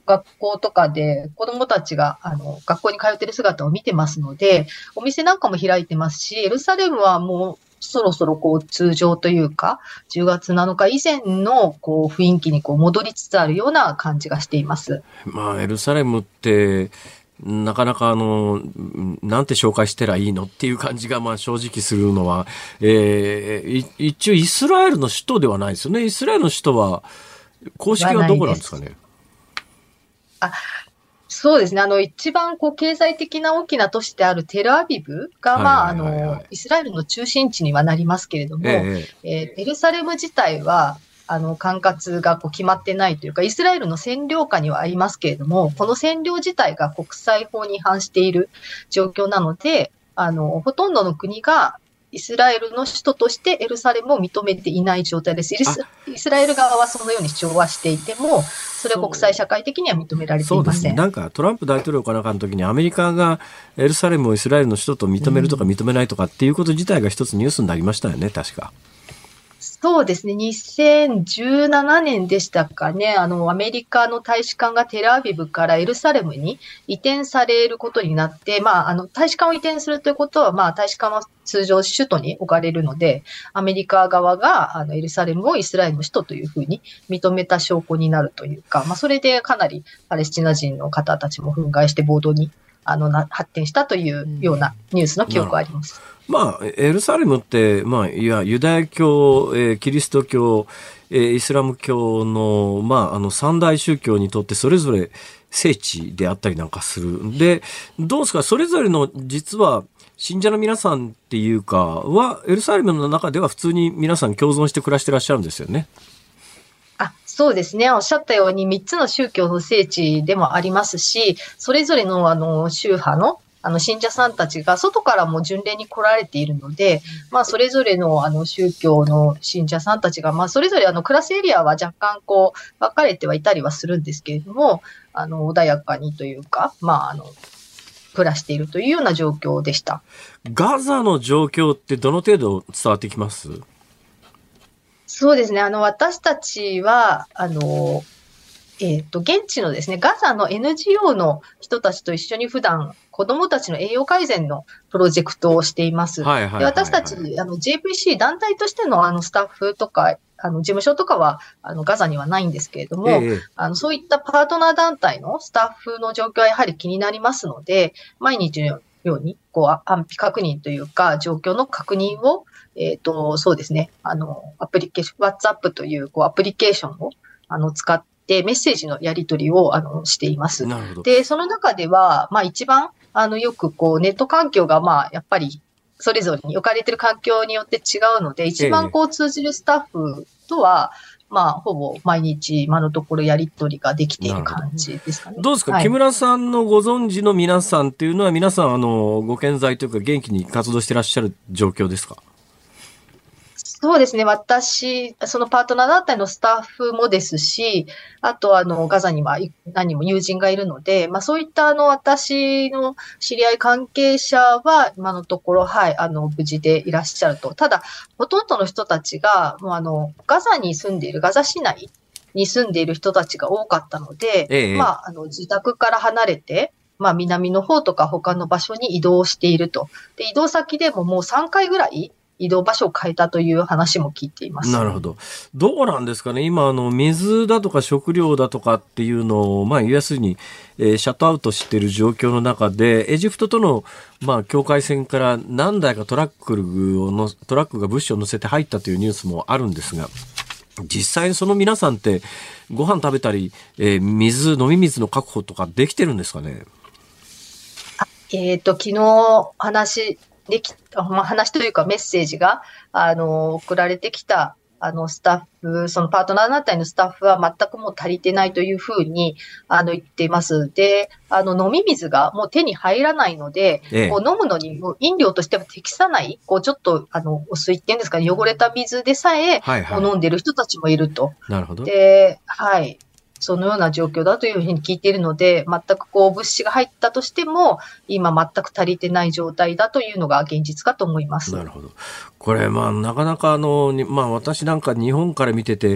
学校とかで子供たちがあの学校に通っている姿を見てますので、お店なんかも開いてますし、エルサレムはもうそろそろこう通常というか、じゅうがつなのか以前のこう雰囲気にこう戻りつつあるような感じがしています。 まあ、エルサレムってなかなかあのなんて紹介したらいいのっていう感じがまあ正直するのは、えー、一応イスラエルの首都ではないですよね。イスラエルの首都は公式はどこなんですかね。 あ、そうですね。あの一番こう経済的な大きな都市であるテルアビブが、まああのイスラエルの中心地にはなりますけれども、えええー、エルサレム自体はあの管轄がこう決まってないというか、イスラエルの占領下にはありますけれども、この占領自体が国際法に違反している状況なので、あのほとんどの国がイスラエルの首都としてエルサレムを認めていない状態です。イス、イスラエル側はそのように主張はしていても、それは国際社会的には認められていません。そうですね。 なんかトランプ大統領かなんかの時にアメリカがエルサレムをイスラエルの首都と認めるとか認めないとかっていうこと自体が一つニュースになりましたよね、確か。 そうですね。にせんじゅうななねんでしたかね。あの、アメリカの大使館がテルアビブからエルサレムに移転されることになって、まあ、あの、大使館を移転するということは、まあ、大使館は通常首都に置かれるので、アメリカ側が、あの、エルサレムをイスラエルの首都というふうに認めた証拠になるというか、まあ、それでかなりパレスチナ人の方たちも憤慨して暴動に、あの、な発展したというようなニュースの記憶があります。 まあ、エルサレムって、まあ、いやユダヤ教、えー、キリスト教、えー、イスラム教の、まあ、あの三大宗教にとってそれぞれ聖地であったりなんかする。で、どうですか、それぞれの実は信者の皆さんっていうかはエルサレムの中では普通に皆さん共存して暮らしてらっしゃるんですよね。 あ、そうですね。おっしゃったようにみっつの宗教の聖地でもありますし、それぞれのあの宗派のあの信者さんたちが外からも巡礼に来られているので、まあそれぞれのあの宗教の信者さんたちが、まあそれぞれあの暮らすエリアは若干こう分かれてはいたりはするんですけれども、あの穏やかにというか、まああの暮らしているというような状況でした。 ガザの状況ってどの程度伝わってきます？ そうですね。あの私たちはあのえっと、現地のですね、ガザの エヌジーオー の人たちと一緒に普段、子供たちの栄養改善のプロジェクトをしています。はいはいはいはい、で私たち、あの、ジェーブイシー 団体としてのあの、スタッフとか、あの、事務所とかは、あの、ガザにはないんですけれども、ええ、あの、そういったパートナー団体のスタッフの状況はやはり気になりますので、毎日のように、こう、安否確認というか、状況の確認を、えっと、そうですね、あの、アプリケーション、WhatsApp という、こう、アプリケーションを、あの、使って、で、メッセージのやり取りを、あの、しています。なるほど。で、その中では、まあ一番、あの、よくこう、ネット環境が、まあ、やっぱり、それぞれに置かれている環境によって違うので、一番こう、通じるスタッフとは、ええ、まあ、ほぼ毎日、今のところやり取りができている感じですかね。 どうですか、はい、木村さんのご存知の皆さんっていうのは、皆さん、あの、ご健在というか、元気に活動してらっしゃる状況ですか？ そうですね。私、そのパートナー団体のスタッフもですし、あとあの、ガザには何人も友人がいるので、まあそういったあの、私の知り合い関係者は、今のところ、はい、あの、無事でいらっしゃると。ただ、ほとんどの人たちが、もうあの、ガザに住んでいる、ガザ市内に住んでいる人たちが多かったので、ええ、まあ、あの、自宅から離れて、まあ、南の方とか他の場所に移動していると。で、移動先でももうさんかいぐらい、移動場所を変えたという話も聞いています。 なるほど。どうなんですかね。今、あの、水だとか食料だとかっていうのを、まあ、要するに、えー、シャットアウトしている状況の中で、エジプトとの、まあ、境界線から何台かトラックをの、トラックが物資を乗せて入ったというニュースもあるんですが、実際にその皆さんって、ご飯食べたり、えー、水、飲み水の確保とかできてるんですかね。 あえっと、昨日話、でき、まあ、話というかメッセージが、あの、送られてきた、あの、スタッフ、そのパートナー団体のスタッフは全くもう足りてないというふうに、あの、言っています。で、あの、飲み水がもう手に入らないので、ええ、こう飲むのにも飲料としては適さない、こうちょっと、あの、お水っていうんですかね、汚れた水でさえ、はいはい、飲んでる人たちもいると。 なるほど。 で、はい。そのような状況だというふうに聞いているので、全くこう物資が入ったとしても、今全く足りてない状態だというのが現実かと思います。 なるほど。これ、まあ、なかなかあの、まあ、私なんか日本から見てて、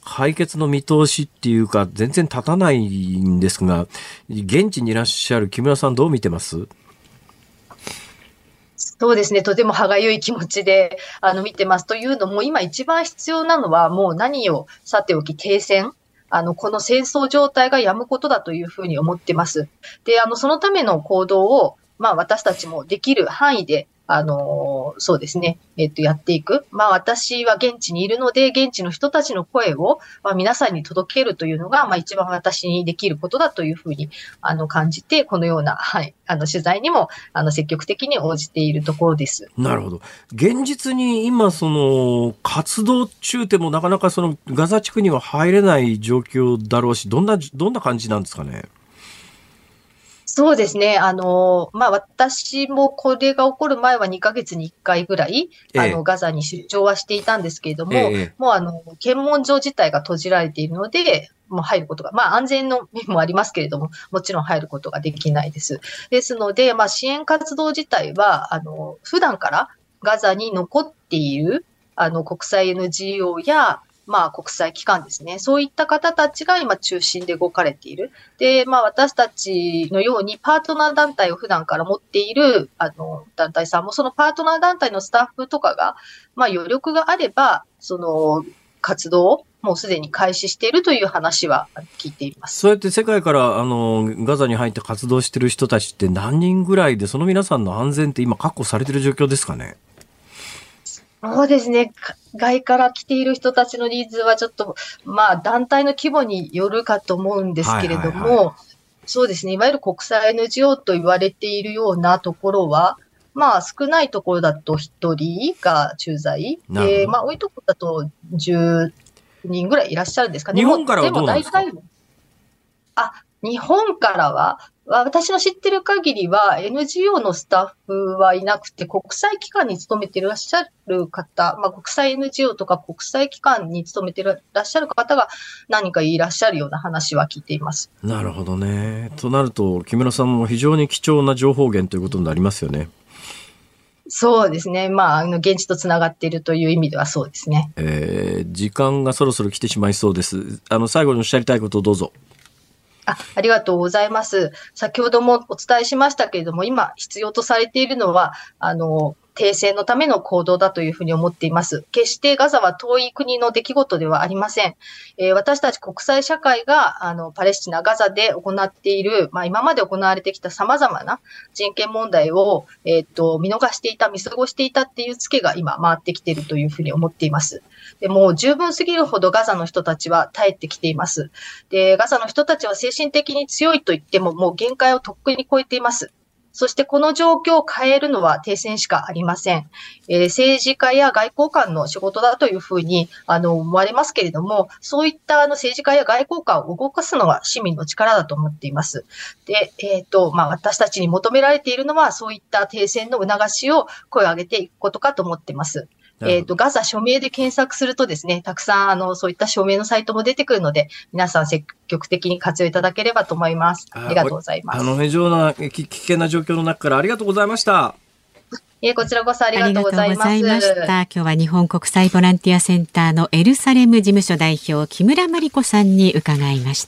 解決の見通しっていうか全然立たないんですが、現地にいらっしゃる木村さんどう見てます？ そうですね。とても歯がゆい気持ちで、あの、見てます。というのも、今一番必要なのは、もう何をさておき停戦。あの、この戦争状態がやむことだというふうに思ってます。で、あの、そのための行動を、まあ、私たちもできる範囲で、あの、そうですね、えっと、やっていく。まあ、私は現地にいるので、現地の人たちの声を、まあ、皆さんに届けるというのが、まあ、一番私にできることだというふうに、あの、感じて、このような、はい、あの、取材にも、あの、積極的に応じているところです。 なるほど。現実に今、その、活動中でもなかなかその、ガザ地区には入れない状況だろうし、どんな、どんな感じなんですかね。 そうですね。あの、まあ、私もこれが起こる前はにかげつにいっかいぐらい、ええ、あの、ガザに出張はしていたんですけれども、ええ、もうあの、検問所自体が閉じられているので、もう入ることが、まあ、安全の面もありますけれども、もちろん入ることができないです。ですので、まあ、支援活動自体は、あの、普段からガザに残っている、あの、国際 エヌジーオー や、まあ国際機関ですね。そういった方たちが今中心で動かれている。で、まあ私たちのようにパートナー団体を普段から持っているあの団体さんもそのパートナー団体のスタッフとかが、まあ余力があれば、その活動をもうすでに開始しているという話は聞いています。 そうやって世界からあのガザに入って活動している人たちって何人ぐらいで、その皆さんの安全って今確保されている状況ですかね？ そうですね。外から来ている人たちのニーズはちょっと、まあ団体の規模によるかと思うんですけれども、はいはいはい、そうですね。いわゆる国際 エヌジーオー と言われているようなところは、まあ少ないところだとひとりが駐在。で、まあ多いところだとじゅうにんぐらいいらっしゃるんですかね。 日本からはどうなんですか？ でも大体、あ、日本からは、私の知ってる限りは エヌジーオー のスタッフはいなくて国際機関に勤めていらっしゃる方、まあ、国際 エヌジーオー とか国際機関に勤めていらっしゃる方が何かいらっしゃるような話は聞いています。 なるほどね。となると木村さんも非常に貴重な情報源ということになりますよね。 そうですね。まあ、あの現地とつながっているという意味ではそうですね。 えー、時間がそろそろ来てしまいそうです。あの最後におっしゃりたいことをどうぞ。 あ、ありがとうございます。先ほどもお伝えしましたけれども、今必要とされているのは、あの、停戦のための行動だというふうに思っています。決してガザは遠い国の出来事ではありません。えー、私たち国際社会が、あの、パレスチナ、ガザで行っている、まあ今まで行われてきた様々な人権問題を、えっと、見逃していた、見過ごしていたっていうツケが今回ってきているというふうに思っています。でもう十分すぎるほどガザの人たちは耐えてきています。で、ガザの人たちは精神的に強いと言ってももう限界をとっくに超えています。そしてこの状況を変えるのは停戦しかありません。えー、政治家や外交官の仕事だというふうにあの思われますけれども、そういったあの政治家や外交官を動かすのは市民の力だと思っています。で、えっと、まあ、私たちに求められているのはそういった停戦の促しを声を上げていくことかと思っています。えっと、ガザ署名で検索するとですね、たくさん、あの、そういった署名のサイトも出てくるので、皆さん積極的に活用いただければと思います。ありがとうございます。 あの、非常な、危険な状況の中からありがとうございました。 いえ、こちらこそありがとうございます。ありがとうございました。 今日は日本国際ボランティアセンターのエルサレム事務所代表、木村真理子さんに伺いました。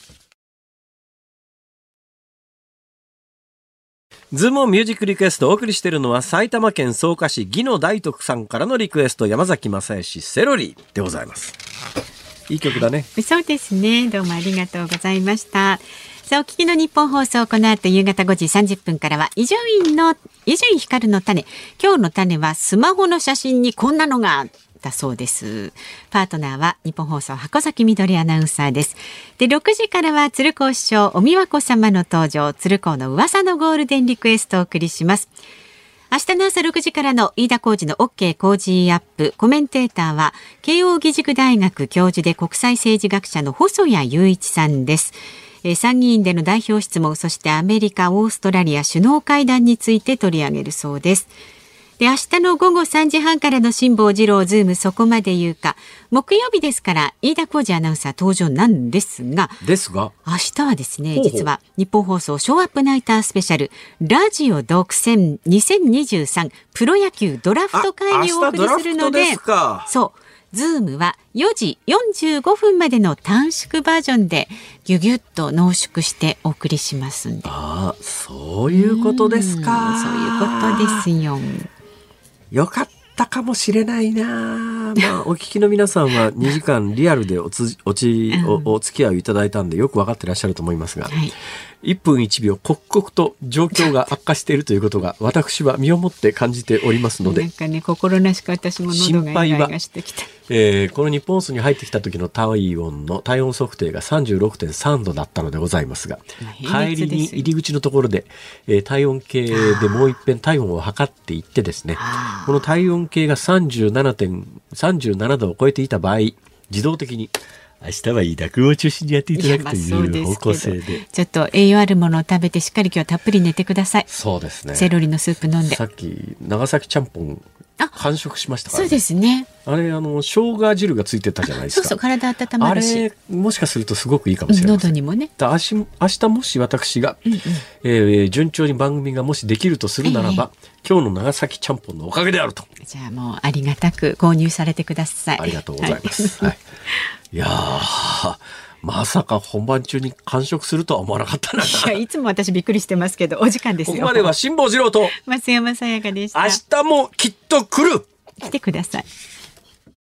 ズームオンミュージックリクエストをお送りしているのは埼玉県草加市義野大徳さんからのリクエスト、山崎正義セロリでございます。いい曲だね。 そうですね。どうもありがとうございました。さあ、お聞きの日本放送、この後夕方ごじさんじゅっぷんからは伊集院の伊集院光の種。今日の種はスマホの写真にこんなのがだそうです。パートナーは日本放送箱崎みどりアナウンサーです。で、ろくじからは鶴光師匠お美和子様の登場、鶴光の噂のゴールデンリクエストをお送りします。明日の朝ろくじからの飯田浩司の OK 工事アップ、コメンテーターは慶應義塾大学教授で国際政治学者の細谷雄一さんです。参議院での代表質問、そしてアメリカ、オーストラリア首脳会談について取り上げるそうです。で、明日の午後さんじはんからの辛坊治郎ズームそこまで言うか、木曜日ですから飯田浩司アナウンサー登場なんですがですが明日はですね、ほうほう、実は日本放送ショーアップナイタースペシャルラジオ独占にせんにじゅうさんプロ野球ドラフト会議をお送りするので、そうズームはよじよんじゅうごふんまでの短縮バージョンでギュギュッと濃縮してお送りしますんで。 ああ、そういうことですか。 そういうことですよ。 よかったかもしれないな。まあ、お聞きの皆さんはにじかんリアルでおつおちおお付き合いいただいたんでよく分かってらっしゃると思いますが、はい、いっぷんいちびょう刻々と状況が悪化しているということが私は身をもって感じておりますので、 なんかね、心なしか私も喉がイガイガしてきた。 えー、この日本放送に入ってきた時の体温の体温測定が さんじゅうろくてんさんどだったのでございますが、帰りに入り口のところで、えー、体温計でもう一遍体温を測っていってですね、この体温計がさんじゅうななどを超えていた場合、自動的に明日はいい落語を中心にやっていただくという方向性で、 ちょっと栄養あるものを食べてしっかり今日はたっぷり寝てください。 そうですね。 セロリのスープ飲んで。 さっき長崎ちゃんぽん完食しましたからね。 そうですね。 あれ、あの生姜汁がついてたじゃないですか。 そうそう、体温まるし、 あれもしかするとすごくいいかもしれません。 喉にもね。 明日、明日もし私が、うんうん、えー、順調に番組がもしできるとするならば、えー、今日の長崎ちゃんぽんのおかげであると。 じゃあもうありがたく購入されてください。 ありがとうございます。はい、いやー、まさか本番中に完食するとは思わなかったな。いや、いつも私びっくりしてますけど、お時間ですよ。 ここまでは辛坊治郎と松山さやかでした。 明日もきっと来る。 来てください。